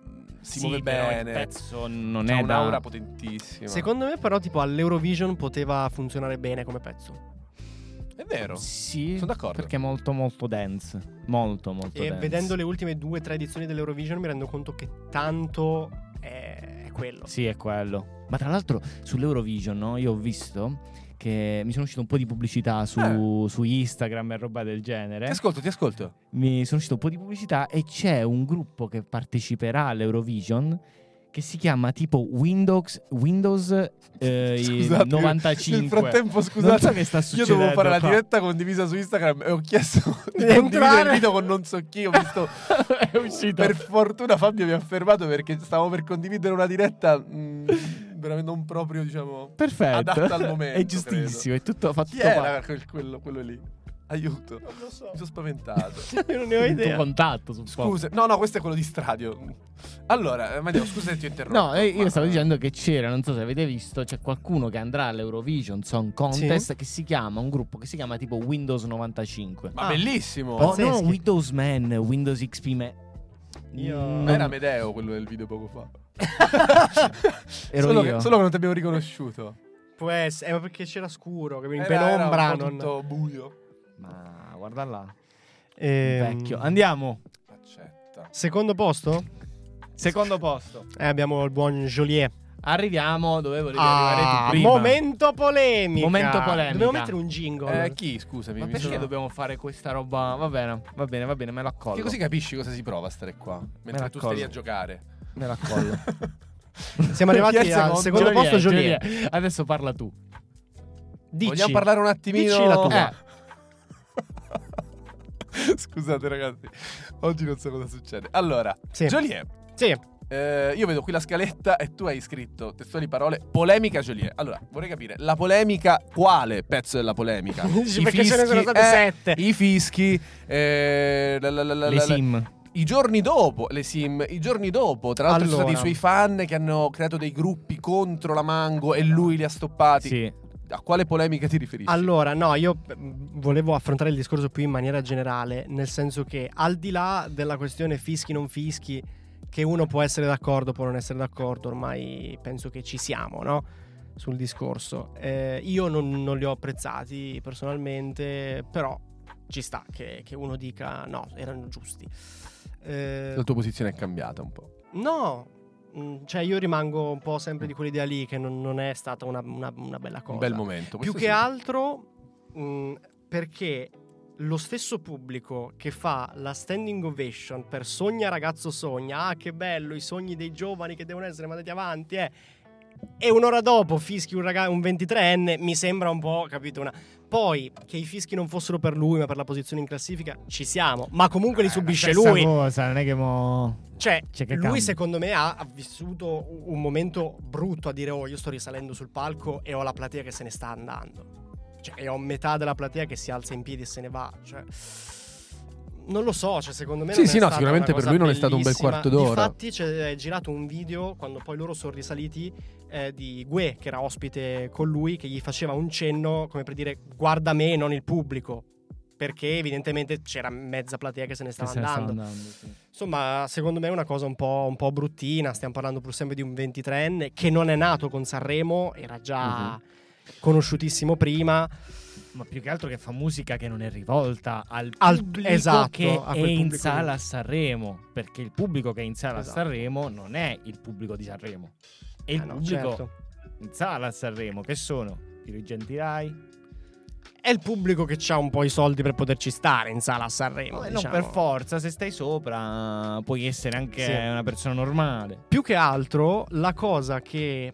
si muove però bene. il pezzo non C'ha è un'aura potentissima. Secondo me però tipo all'Eurovision poteva funzionare bene come pezzo. È vero. Sì, sono d'accordo. perché è molto molto dance. Molto molto E dance. vedendo le ultime 2-3 edizioni dell'Eurovision mi rendo conto che tanto è quello. Sì, è quello. Ma tra l'altro sull'Eurovision, no? Io ho visto che mi sono uscite un po' di pubblicità su Instagram e roba del genere. Ti ascolto. Mi sono uscito un po' di pubblicità e c'è un gruppo che parteciperà all'Eurovision che si chiama tipo Windows Scusate, 95. nel frattempo, scusate, non so che sta succedendo. Io dovevo fare la qua. diretta condivisa su Instagram e ho chiesto di Di condividere entrare. il video con non so chi. Ho visto. È uscito. Per fortuna Fabio mi ha fermato perché stavo per condividere una diretta veramente non proprio, diciamo, Perfetto. adatta al momento. È giustissimo, è tutto fatto. Chi era quello lì? Aiuto. Non lo so. Mi sono spaventato. Io non ne ho Il idea. tuo contatto, suppongo. Scusa, no, questo è quello di Stradio. Allora, Matteo, scusa se ti ho interrotto. No, io ma- stavo dicendo che c'era, non so se avete visto, c'è qualcuno che andrà all'Eurovision Song Contest che si chiama, un gruppo che si chiama tipo Windows 95. Ma bellissimo. Oh, no, Pazzeschi. Windows Man, Windows XP Man. Io- Ma era Medeo quello del video poco fa. Ero solo, io. solo che non ti abbiamo riconosciuto. Può essere, ma perché c'era scuro, in Era penombra. un po' Non... tutto buio. Ma guarda là, Ehm, vecchio. Andiamo. Accetta. Secondo posto? Secondo posto. Abbiamo il buon Joliet. Arriviamo dove volevi arrivare tu prima. Momento polemica. Momento polemica. Dobbiamo mettere un jingle. Chi, scusami? Ma mi perché sono- dobbiamo fare questa roba? Va bene, me lo accollo. Che così capisci cosa si prova a stare qua. Mentre tu stai lì a giocare. Me lo accollo. Siamo arrivati Chi è il al secondo Joliet, posto, Joliet. Joliet. Adesso parla tu. Dici. Vogliamo parlare un attimino? Dici la tua. Scusate ragazzi, oggi non so cosa succede. Allora, Sì. Joliet. Sì. Io vedo qui la scaletta e tu hai scritto testuali parole polemica Joliet. Allora, vorrei capire la polemica, quale pezzo della polemica? Dici, perché ce ne sono state 7. I fischi, Le sim. I giorni dopo, le sim, i giorni dopo, tra l'altro ci sono Allora. stati i suoi fan che hanno creato dei gruppi contro la Mango e lui li ha stoppati. Sì. A quale polemica ti riferisci? Allora, no, io volevo affrontare il discorso più in maniera generale, nel senso che al di là della questione fischi non fischi, che uno può essere d'accordo, può non essere d'accordo, ormai penso che ci siamo, no? Sul discorso. Io non li ho apprezzati personalmente, però ci sta che uno dica no, erano giusti. La tua posizione è cambiata un po'. No, cioè io rimango un po' sempre di quell'idea lì che non è stata una bella cosa. Un bel momento. Più questo che sì. altro perché lo stesso pubblico che fa la standing ovation per Sogna ragazzo sogna, ah che bello i sogni dei giovani che devono essere mandati avanti, e un'ora dopo fischi un 23enne, mi sembra un po', capito, poi che i fischi non fossero per lui ma per la posizione in classifica ci siamo, ma comunque li subisce lui. Cosa, non è che Cioè, C'è che lui cambia. secondo me ha vissuto un momento brutto a dire oh io sto risalendo sul palco e ho la platea che se ne sta andando, cioè, e ho metà della platea che si alza in piedi e se ne va, cioè non lo so, cioè secondo me Sì, non sì, è no, stata sicuramente una per cosa lui non è stato un bel bellissima. quarto d'ora. Difatti c'è girato un video quando poi loro sono risaliti di Gue che era ospite con lui, che gli faceva un cenno come per dire guarda me non il pubblico, perché evidentemente c'era mezza platea che se ne stava andando. sì. Insomma, secondo me è una cosa un po' bruttina. Stiamo parlando pur sempre di un 23enne che non è nato con Sanremo, era già conosciutissimo prima. Ma più che altro che fa musica che non è rivolta al Al- pubblico esatto, che a è quel in pubblico sala lì. a Sanremo. Perché il pubblico che è in sala Esatto. a Sanremo non è il pubblico di Sanremo. È il No, pubblico certo. in sala a Sanremo. Che sono? Dirigenti Rai? È il pubblico che ha un po' i soldi per poterci stare in sala a Sanremo. Non diciamo. per forza, se stai sopra puoi essere anche Sì. una persona normale. Più che altro, la cosa che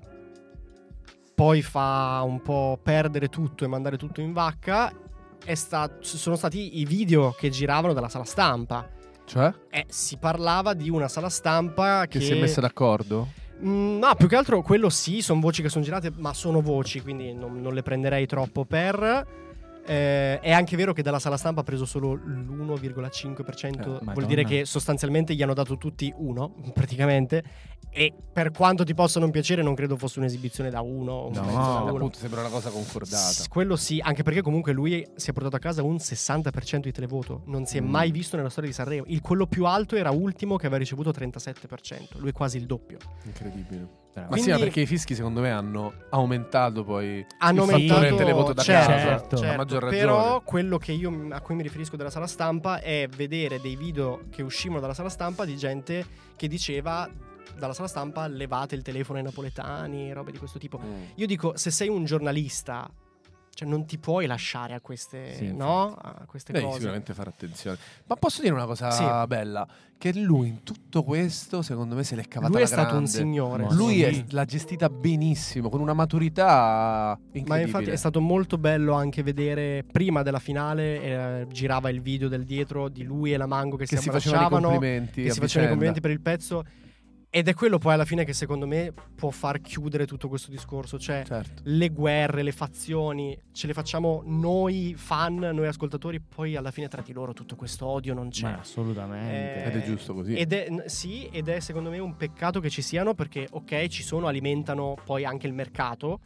poi fa un po' perdere tutto e mandare tutto in vacca sono stati i video che giravano dalla sala stampa. Cioè? Si parlava di una sala stampa Che si è messa d'accordo? No, più che altro quello sì, sono voci che sono girate, ma sono voci, quindi non le prenderei troppo per. È anche vero che dalla sala stampa ha preso solo l'1,5%, vuol dire che sostanzialmente gli hanno dato tutti 1 praticamente, e per quanto ti possa non piacere non credo fosse un'esibizione da 1. No, appunto sembra una cosa concordata. Quello sì, anche perché comunque lui si è portato a casa un 60% di televoto, non si è mai visto nella storia di Sanremo. Quello più alto era Ultimo, che aveva ricevuto 37%, lui è quasi il doppio. Incredibile. Ma Quindi, sì, perché i fischi secondo me hanno aumentato poi il aumentato fattore del televoto da casa. Certo. A maggior ragione. Però quello che a cui mi riferisco della sala stampa è vedere dei video che uscivano dalla sala stampa di gente che diceva: dalla sala stampa levate il telefono ai napoletani, robe di questo tipo. Io dico, se sei un giornalista, cioè non ti puoi lasciare a queste, a queste Devi cose. sicuramente fare attenzione. Ma posso dire una cosa bella? Che lui in tutto questo, secondo me, se l'è cavata lui la è stato grande. un signore. Lui l'ha gestita benissimo, con una maturità incredibile. Ma infatti è stato molto bello anche vedere prima della finale, girava il video del dietro di lui e la Mango che si facevano i complimenti, che si facevano i complimenti per il pezzo. Ed è quello poi alla fine che secondo me può far chiudere tutto questo discorso. Cioè le guerre, le fazioni ce le facciamo noi fan, noi ascoltatori, poi alla fine tra di loro tutto questo odio non c'è. Ma assolutamente. Ed è giusto così. Ed è secondo me un peccato che ci siano, perché ok, ci sono, alimentano poi anche il mercato,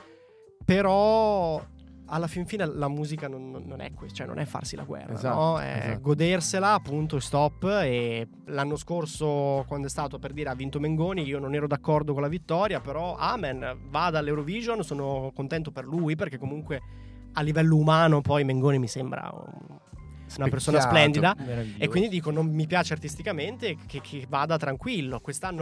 però alla fin fine la musica non è questo, cioè non è farsi la guerra, no? È godersela, appunto, stop. E l'anno scorso, quando è stato, per dire, ha vinto Mengoni, io non ero d'accordo con la vittoria, però amen, vada all'Eurovision, sono contento per lui, perché comunque a livello umano poi Mengoni mi sembra una persona splendida, e quindi dico, non mi piace artisticamente, che vada tranquillo. Quest'anno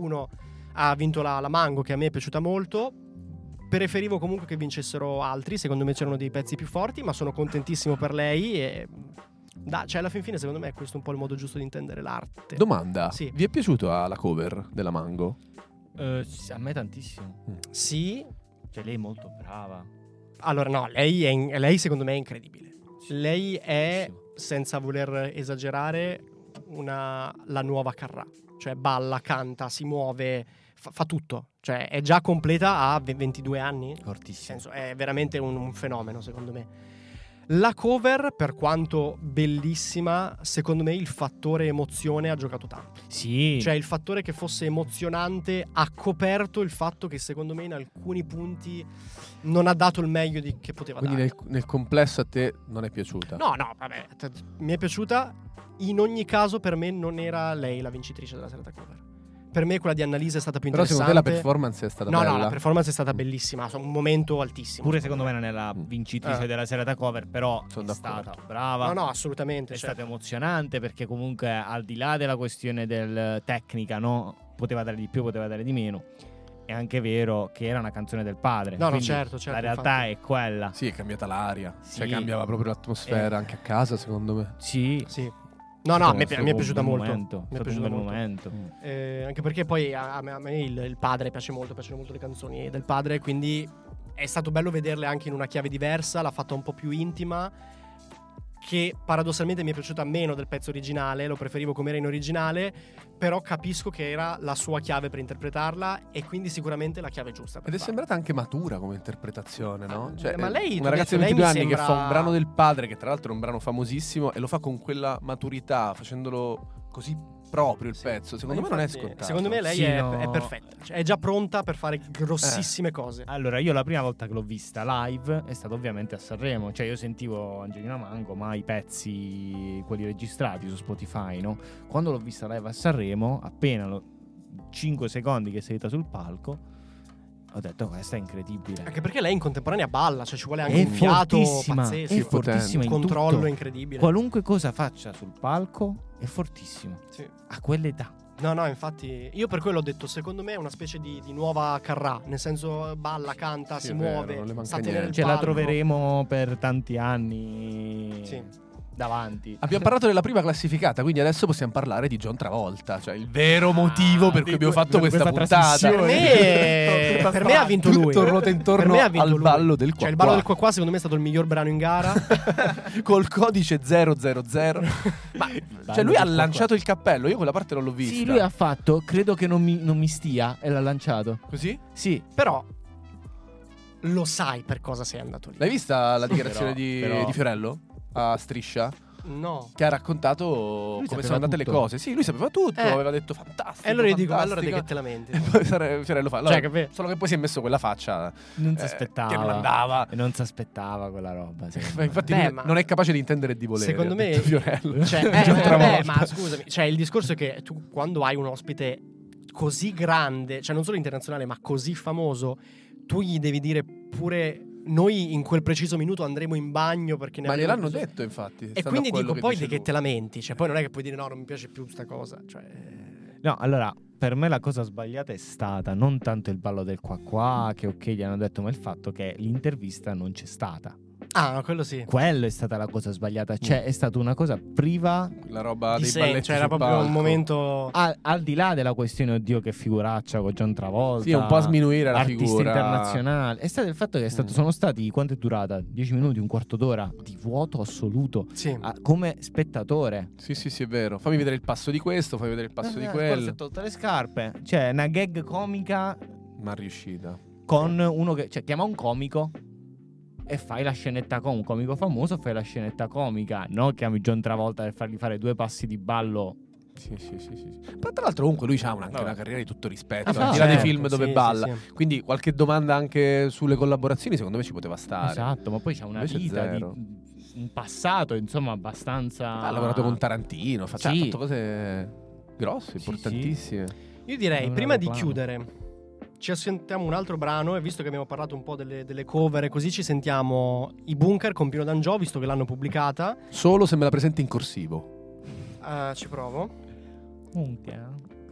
ha vinto la Mango, che a me è piaciuta molto. Preferivo comunque che vincessero altri, secondo me c'erano dei pezzi più forti, ma sono contentissimo per lei. E cioè alla fin fine secondo me è questo un po' il modo giusto di intendere l'arte. Domanda, sì. Vi è piaciuta la cover della Mango? A me tantissimo. Sì. Cioè lei è molto brava. Allora no, lei secondo me è incredibile. Lei è, senza voler esagerare, la nuova Carrà. Cioè balla, canta, si muove, fa tutto. Cioè è già completa a 22 anni. Fortissimo. È veramente un fenomeno, secondo me. La cover, per quanto bellissima, secondo me il fattore emozione ha giocato tanto. Sì. Cioè il fattore che fosse emozionante ha coperto il fatto che secondo me in alcuni punti non ha dato il meglio che poteva dare. Quindi nel complesso a te non è piaciuta? No, vabbè, mi è piaciuta. In ogni caso per me non era lei la vincitrice della serata cover. Per me quella di Annalisa è stata più interessante. Però secondo te la performance è stata bella? No, la performance è stata bellissima, un momento altissimo. Pure secondo me non è la vincitrice della serata cover, però è stata brava. No, assolutamente. È stato emozionante, perché comunque al di là della questione del tecnica, no, poteva dare di più, poteva dare di meno. È anche vero che era una canzone del padre. No, certo. La realtà è quella. Sì, è cambiata l'aria. Sì. Cioè cambiava proprio l'atmosfera anche a casa, secondo me. Sì. No, a me è piaciuta molto. È stato un bel momento. Anche perché poi a me il padre piacciono molto le canzoni del padre, quindi è stato bello vederle anche in una chiave diversa, l'ha fatta un po' più intima, che paradossalmente mi è piaciuta meno del pezzo originale, lo preferivo come era in originale, però capisco che era la sua chiave per interpretarla, e quindi sicuramente la chiave giusta per Ed è farla. sembrata anche matura come interpretazione, no? Cioè, ma lei, una ragazza di lei 22 mi anni sembra... che fa un brano del padre, che tra l'altro è un brano famosissimo, e lo fa con quella maturità, facendolo così proprio il pezzo. Secondo me non è scontato. Secondo me lei è perfetta, cioè, è già pronta per fare grossissime cose. Allora, io la prima volta che l'ho vista live è stato ovviamente a Sanremo. Cioè io sentivo Angelina Mango, ma i pezzi, quelli registrati su Spotify, no? Quando l'ho vista live a Sanremo, appena 5 secondi che è salita sul palco, ho detto, questa è incredibile. Anche perché lei in contemporanea balla, cioè ci vuole anche È un fiato fortissima, pazzesco, è fortissima un in controllo tutto. incredibile. Qualunque cosa faccia sul palco è fortissima. Sì. A quell'età. No, infatti io per quello ho detto, secondo me è una specie di nuova Carrà, nel senso balla, canta, Sì, si è vero, muove, non le manca sa tenere il Ce la palco. troveremo per tanti anni Sì. davanti. Abbiamo parlato della prima classificata, quindi adesso possiamo parlare di John Travolta, cioè il vero motivo per cui abbiamo fatto questa puntata. Per me ha vinto lui. Tutto ruota intorno al ballo del qua. Cioè il ballo del qua secondo me è stato il miglior brano in gara. Col codice 000. Ma cioè lui ha lanciato il cappello, io quella parte non l'ho vista. Sì, lui ha fatto, credo che non mi stia, e l'ha lanciato. Così? Sì. Però lo sai per cosa sei andato lì. L'hai vista la dichiarazione però- di Fiorello a Striscia? No. Che ha raccontato come sapeva sono andate tutto. le cose. Sì, lui sapeva tutto, aveva detto fantastico. E allora io dico, fantastico. allora di che te lamenti? E poi Fiorello fa. Allora, Cioè, solo che poi si è messo quella faccia Non si aspettava. che non andava. E non si aspettava quella roba. secondo Ma me. infatti Beh, lui ma- non è capace di intendere e di volere. Secondo ha me detto Fiorello. Cioè, Già travolto. ma scusami, cioè il discorso è che tu quando hai un ospite così grande, cioè non solo internazionale, ma così famoso, tu gli devi dire pure noi in quel preciso minuto andremo in bagno perché ne Ma avremo gliel'hanno bisogno. detto, infatti. E stando quindi a quello dico poi dice di che lui. te lamenti, cioè poi non è che puoi dire no, non mi piace più sta cosa, cioè No, allora, per me la cosa sbagliata è stata non tanto il ballo del qua qua, che ok gli hanno detto, ma il fatto che l'intervista non c'è stata. ah, no, quello sì. Quello è stata la cosa sbagliata. Cioè, è stata una cosa priva. La roba Di dei sé, balletti cioè era sul proprio un palco. momento Al di là della questione, oddio, che figuraccia con John Travolta. Sì, un po' a sminuire la artista figura. internazionale. È stato il fatto che sono stati, quanto è durata? 10 minuti, un quarto d'ora di vuoto assoluto. sì. Come spettatore. Sì, è vero. Fammi vedere il passo di questo, fammi vedere il passo di Poi si quello. è tolto le scarpe. Cioè, una gag comica Ma riuscita. con uno che, cioè, chiama un comico e fai la scenetta con un comico famoso, fai la scenetta comica, no? Chiami John Travolta per fargli fare 2 passi di ballo. Sì. Ma tra l'altro comunque lui ha anche Vabbè. una carriera di tutto rispetto, Ah, al di là dei certo, film dove sì, balla. sì, sì. Quindi qualche domanda anche sulle collaborazioni secondo me ci poteva stare. Esatto, ma poi c'è una Invece vita zero. di un passato, insomma, abbastanza. Ha lavorato con Tarantino, cioè, Sì. ha fatto cose grosse, Sì, importantissime. Io direi, Non me prima la di reclamo. chiudere, ci assentiamo un altro brano e visto che abbiamo parlato un po' delle cover e così ci sentiamo I Bunker con Pino D'Angio, visto che l'hanno pubblicata. Solo se me la presenti in corsivo. Ci provo. Minchia.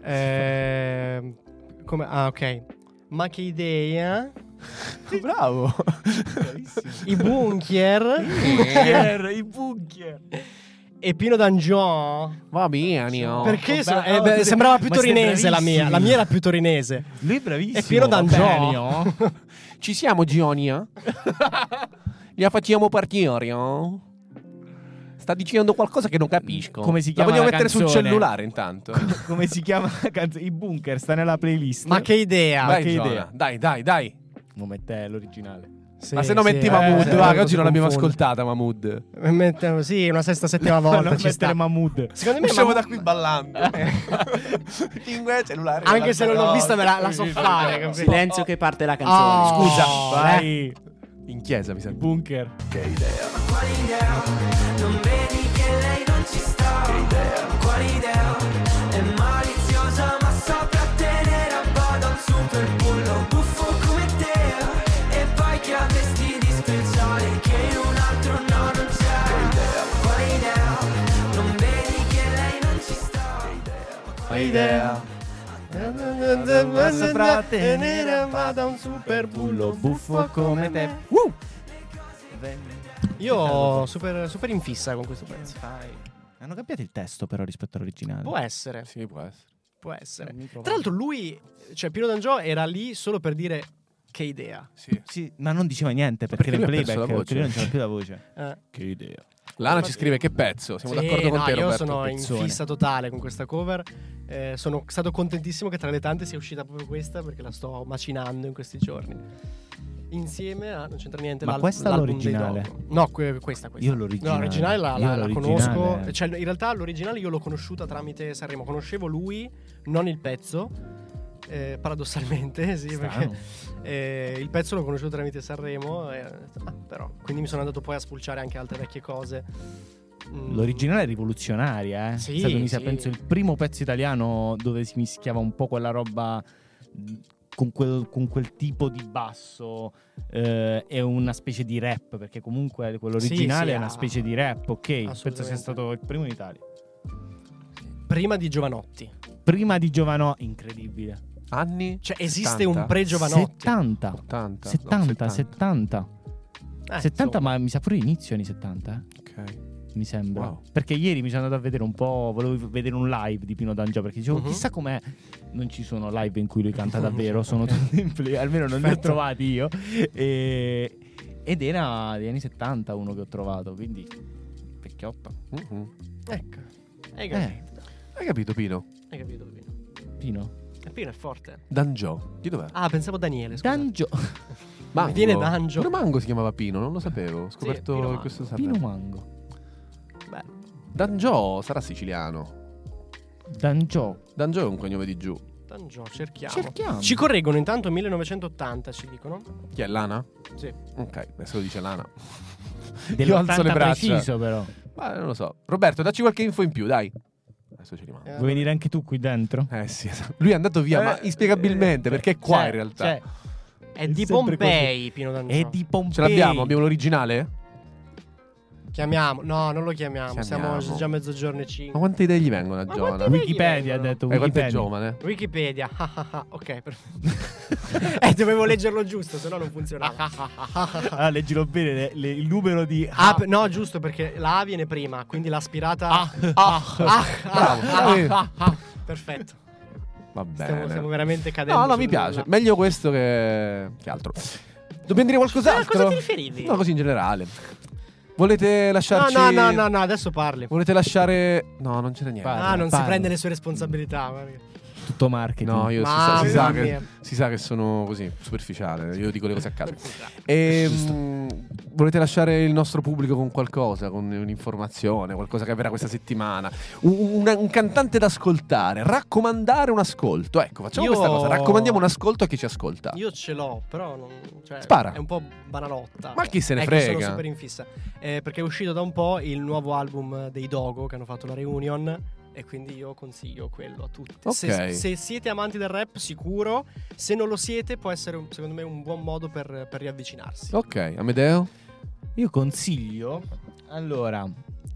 Ah, ok. Ma che idea? Bravo. I Bunker I bunker. e Pino D'Angio. Va bene. oh. Perché Vabbè, oh, siete- sembrava più ma siete torinese la mia. bravissimi. La mia era più torinese. Lui è bravissimo. E Pino D'Angio. D'Angio. Ci siamo, Gionia? Li facciamo partire. oh? Sta dicendo qualcosa che non capisco. Come si La chiama vogliamo la mettere sul canzone? cellulare intanto. Come si chiama la canzone? I bunker sta nella playlist. Ma che idea. Vai, che Giona. idea. Dai. Non mette l'originale. Sì, Ma se no sì, metti Mahmood, se va, no che oggi si non l'abbiamo confonde. ascoltata Mahmood. Mettiamo, sì, una sesta, settima volta non ci sta. mettere Mahmood. Secondo me Usciamo Mahmood- da qui ballando. Tingue, cellulare. Anche se non l'ho vista me la so fare, capito? Silenzio che parte la canzone. Oh, Scusa. Vai. In chiesa mi sa. Bunker. Quale idea? Non vedi che lei non ci sta? Che idea? Quale idea? È maliziosa ma saprà tenere a bada un super bullo buffo come te. E poi che ha vestiti speciali che in un altro no non c'è. Che idea? Quale idea? Non vedi che lei non ci sta? Che idea? Saprà tenere ma da un super bullo buffo come te. Io super in fissa con questo pezzo. Hanno cambiato il testo però rispetto all'originale. Può essere, Sì, può essere. può essere. Non mi trovo. Tra l'altro lui, cioè Pino D'Angio era lì solo per dire che idea. Sì. Sì, ma non diceva niente perché Perché nel lui ha perso playback la voce. perché lui non c'era più la voce. Che idea. Lana ci scrive che pezzo. Siamo Sì, d'accordo con no, te, io Roberto. sono Pezzone. in fissa totale con questa cover. Sono stato contentissimo che tra le tante sia uscita proprio questa perché la sto macinando in questi giorni. Insieme a non c'entra niente. Ma questa è l'album dei l'originale? Dogo. No, questa. Io l'originale. No, l'originale Io la l'originale. conosco. Cioè, in realtà l'originale io l'ho conosciuta tramite Sanremo. Conoscevo lui, non il pezzo. Paradossalmente, sì, Strano. perché il pezzo l'ho conosciuto tramite Sanremo. Però, quindi mi sono andato poi a spulciare anche altre vecchie cose. L'originale è rivoluzionaria, Sì, È stato, mi sa, sì. penso il primo pezzo italiano dove si mischiava un po' quella roba con quel tipo di basso e una specie di rap, perché comunque quello originale sì, è una specie di rap, ok? Penso assolutamente. sia stato il primo in Italia. Prima di Giovanotti. Prima di Giovanotti, incredibile. Anni? Cioè, esiste 70? un pre-Giovanotti. 70. 80. 70, no, 70. 70, insomma. ma mi sa pure inizio anni 70, Ok. mi sembra. Wow. Perché ieri mi sono andato a vedere un po', volevo vedere un live di Pino D'Angio perché dicevo Mhm. chissà com'è. Non ci sono live in cui lui canta davvero, sono tutti in play, almeno non li ho Perfetto. trovati io. Ed era degli anni 70 uno che ho trovato, quindi vecchiotto. Mhm. Ecco. Hai capito? Hai capito, Pino? Hai capito, Pino? Pino. Pino è forte. D'Angio. Di dov'è? Ah, pensavo Daniele, scusa. D'Angio. Mango. Viene D'Angio. Pure Mango si chiamava Pino, non lo sapevo. Ho scoperto Pino in questo Pino Sanremo. Mango. Beh, D'Angio sarà siciliano. D'Angio. D'Angio è un cognome di giù. D'Angio, cerchiamo. Cerchiamo. Ci correggono intanto 1980, ci dicono. Chi è Lana? Sì. Ok, adesso lo dice Lana. Io alzo le Dell'80 braccia. preciso però. Ma non lo so. Roberto, dacci qualche info in più, dai. Adesso ci rimane. Vuoi venire anche tu qui dentro? Sì, esatto. Lui è andato via, ma inspiegabilmente, perché è qua Cioè, in realtà. cioè, È di sempre Pompei, Pino D'Angio. è di Pompei. Ce l'abbiamo? Abbiamo l'originale? Chiamiamo. No, non lo chiamiamo. Chiamiamo. Siamo già mezzogiorno e 5. Ma quante idee gli vengono a Ma giovane? quante idee? Wikipedia ha detto Quanto è Wikipedia. giovane? Wikipedia. Ok, perfetto. Dovevo leggerlo giusto, se no non funzionava. Ah, leggilo bene, il numero di No, giusto, perché la A viene prima, quindi l'aspirata. Bravo. Perfetto. Va bene. Stiamo veramente cadendo. No, mi sul piace. nulla. Meglio questo che altro. Dobbiamo dire qualcos'altro? A cosa ti riferivi? No, così in generale. Volete lasciarci... No, adesso parli. Volete lasciare... No, non c'era niente. Non si parla. prende le sue responsabilità. guarda. tutto marketing. No, io Mamma mia. si sa che sono così, superficiale. Io dico le cose a caso. Volete lasciare il nostro pubblico con qualcosa, con un'informazione, qualcosa che avverrà questa settimana? Un cantante da ascoltare, raccomandare un ascolto. Ecco, facciamo questa cosa, raccomandiamo un ascolto a chi ci ascolta. Io ce l'ho, però Spara. È un po' banalotta. Ma chi se ne Ecco, frega? sono super in fissa. Perché è uscito da un po' il nuovo album dei Dogo, che hanno fatto la reunion, e quindi io consiglio quello a tutti. Ok. Se siete amanti del rap, sicuro. Se non lo siete, può essere secondo me un buon modo per riavvicinarsi. Ok, Amedeo? Io consiglio, allora,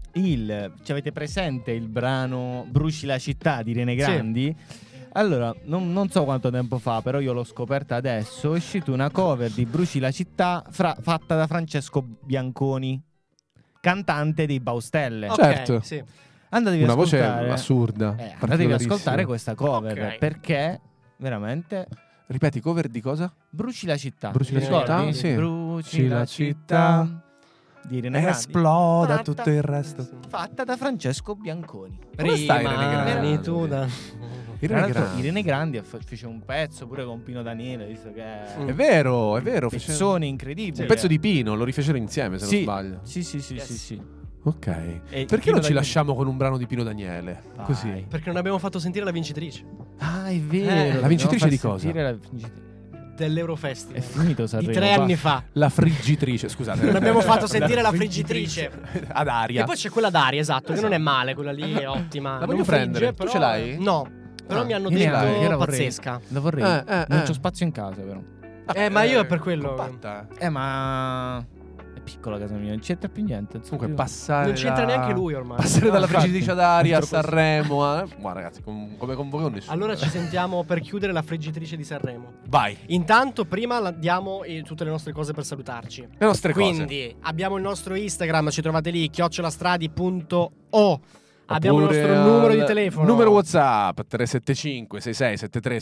ci avete presente il brano Bruci la città di Rene Grandi? Sì. Allora, non so quanto tempo fa, però io l'ho scoperta adesso. È uscita una cover di Bruci la città fatta da Francesco Bianconi, cantante dei Baustelle. Ok, Certo. sì. Andatevi Una ad voce ascoltare. assurda. Andatevi ad ascoltare questa cover, Ok. perché veramente... Ripeti, cover di cosa? Bruci la città. Bruci la Ti città? ricordi? Sì. Bruci la città di Rene Grandi. Esploda Fatta- tutto il resto. Fatta da Francesco Bianconi. Come stai, Rene Grandi? Rimani tu da... Tra l'altro Irene Grandi fece un pezzo pure con Pino Daniele, visto che È vero, fece pezzone incredibile. un pezzo di Pino, lo rifecero insieme se non Sì. sbaglio. Sì. Yes. sì. Ok. E Perché Pino non ci Daniele- lasciamo con un brano di Pino Daniele? Vai. Così. Perché non abbiamo fatto sentire la vincitrice Ah, è vero. La vincitrice dobbiamo di far cosa? sentire la vincitrice. dell'Eurofestival. È finito Di Sanremo. 3 anni fa. La friggitrice, scusate. Non abbiamo fatto sentire la friggitrice. Ad aria. E poi c'è quella d'aria, esatto, che non è male, quella lì è ottima. La voglio Non prendere. frigge, Tu però- ce l'hai? No, però Ah, mi hanno io detto neanche, io la vorrei. pazzesca. La vorrei. Non c'ho spazio in casa, però. Ma io è per quello. Compatta. Ma è piccola casa mia, non c'entra più niente. Comunque passare Non c'entra da- neanche lui ormai. Passare dalla Infatti. friggitrice ad aria a Purtroppo sì. Sanremo. Ma ragazzi, come con voi o nessuno. Allora ci sentiamo per chiudere la friggitrice di Sanremo. Vai. Intanto prima diamo tutte le nostre cose per salutarci. Le nostre cose. Quindi abbiamo il nostro Instagram, ci trovate lì, chiocciolastradi.o. Abbiamo il Oppure nostro numero di al telefono. Numero WhatsApp 375 66 73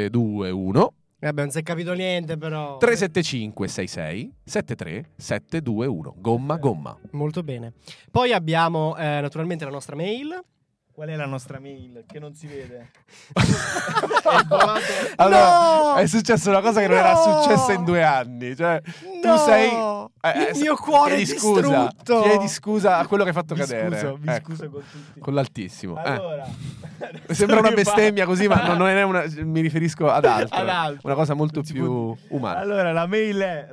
721. Vabbè, non si è capito niente, però. 375 66 73 721. Gomma. Molto bene. Poi abbiamo naturalmente la nostra mail. Qual è la nostra mail? Che non si vede. Allora, No! è successa una cosa che non era No! successa in 2 anni. Cioè, tu No! sei. Il mio cuore è chiedi scusa. distrutto. Chiedi scusa a quello che hai fatto Mi cadere. scuso Ecco, con tutti. con l'altissimo. Allora, Sembra una che fa- bestemmia così, ma non è una. Mi riferisco ad altro. Ad altro. Una cosa molto Non si più umana. Allora, la mail è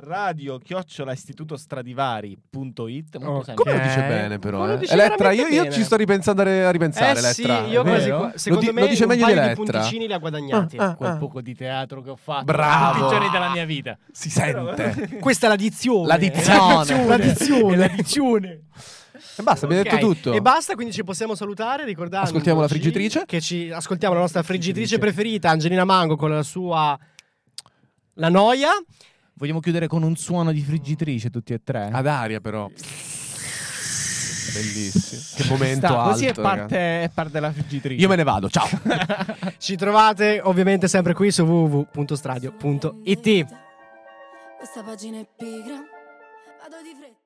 radio@istitutostradivari.it. Molto semplice. Come lo dice bene, però? Ma lo dice Elettra, veramente io bene. ci sto ripensando a ripensare. Sì, Elettra. io quasi Vero? qua- secondo Lo me dice un meglio di paio di Elettra. punticini li ha guadagnati. Quel poco di teatro che ho fatto Bravo. tutti i giorni della mia vita. Si sente. Questa è l'addizione. L'addizione. L'addizione. E basta, abbiamo Ok, detto tutto. E basta, quindi ci possiamo salutare ricordando. Ascoltiamo la friggitrice. Che ci ascoltiamo la nostra friggitrice preferita, Angelina Mango, con la sua La Noia. Vogliamo chiudere con un suono di friggitrice tutti e tre? Ad aria, però. Bellissimo. Che momento Sta, alto. così è ragazzi. parte la friggitrice. Io me ne vado, ciao. Ci trovate ovviamente sempre qui su www.stradio.it. Questa pagina è pigra, vado di fretta.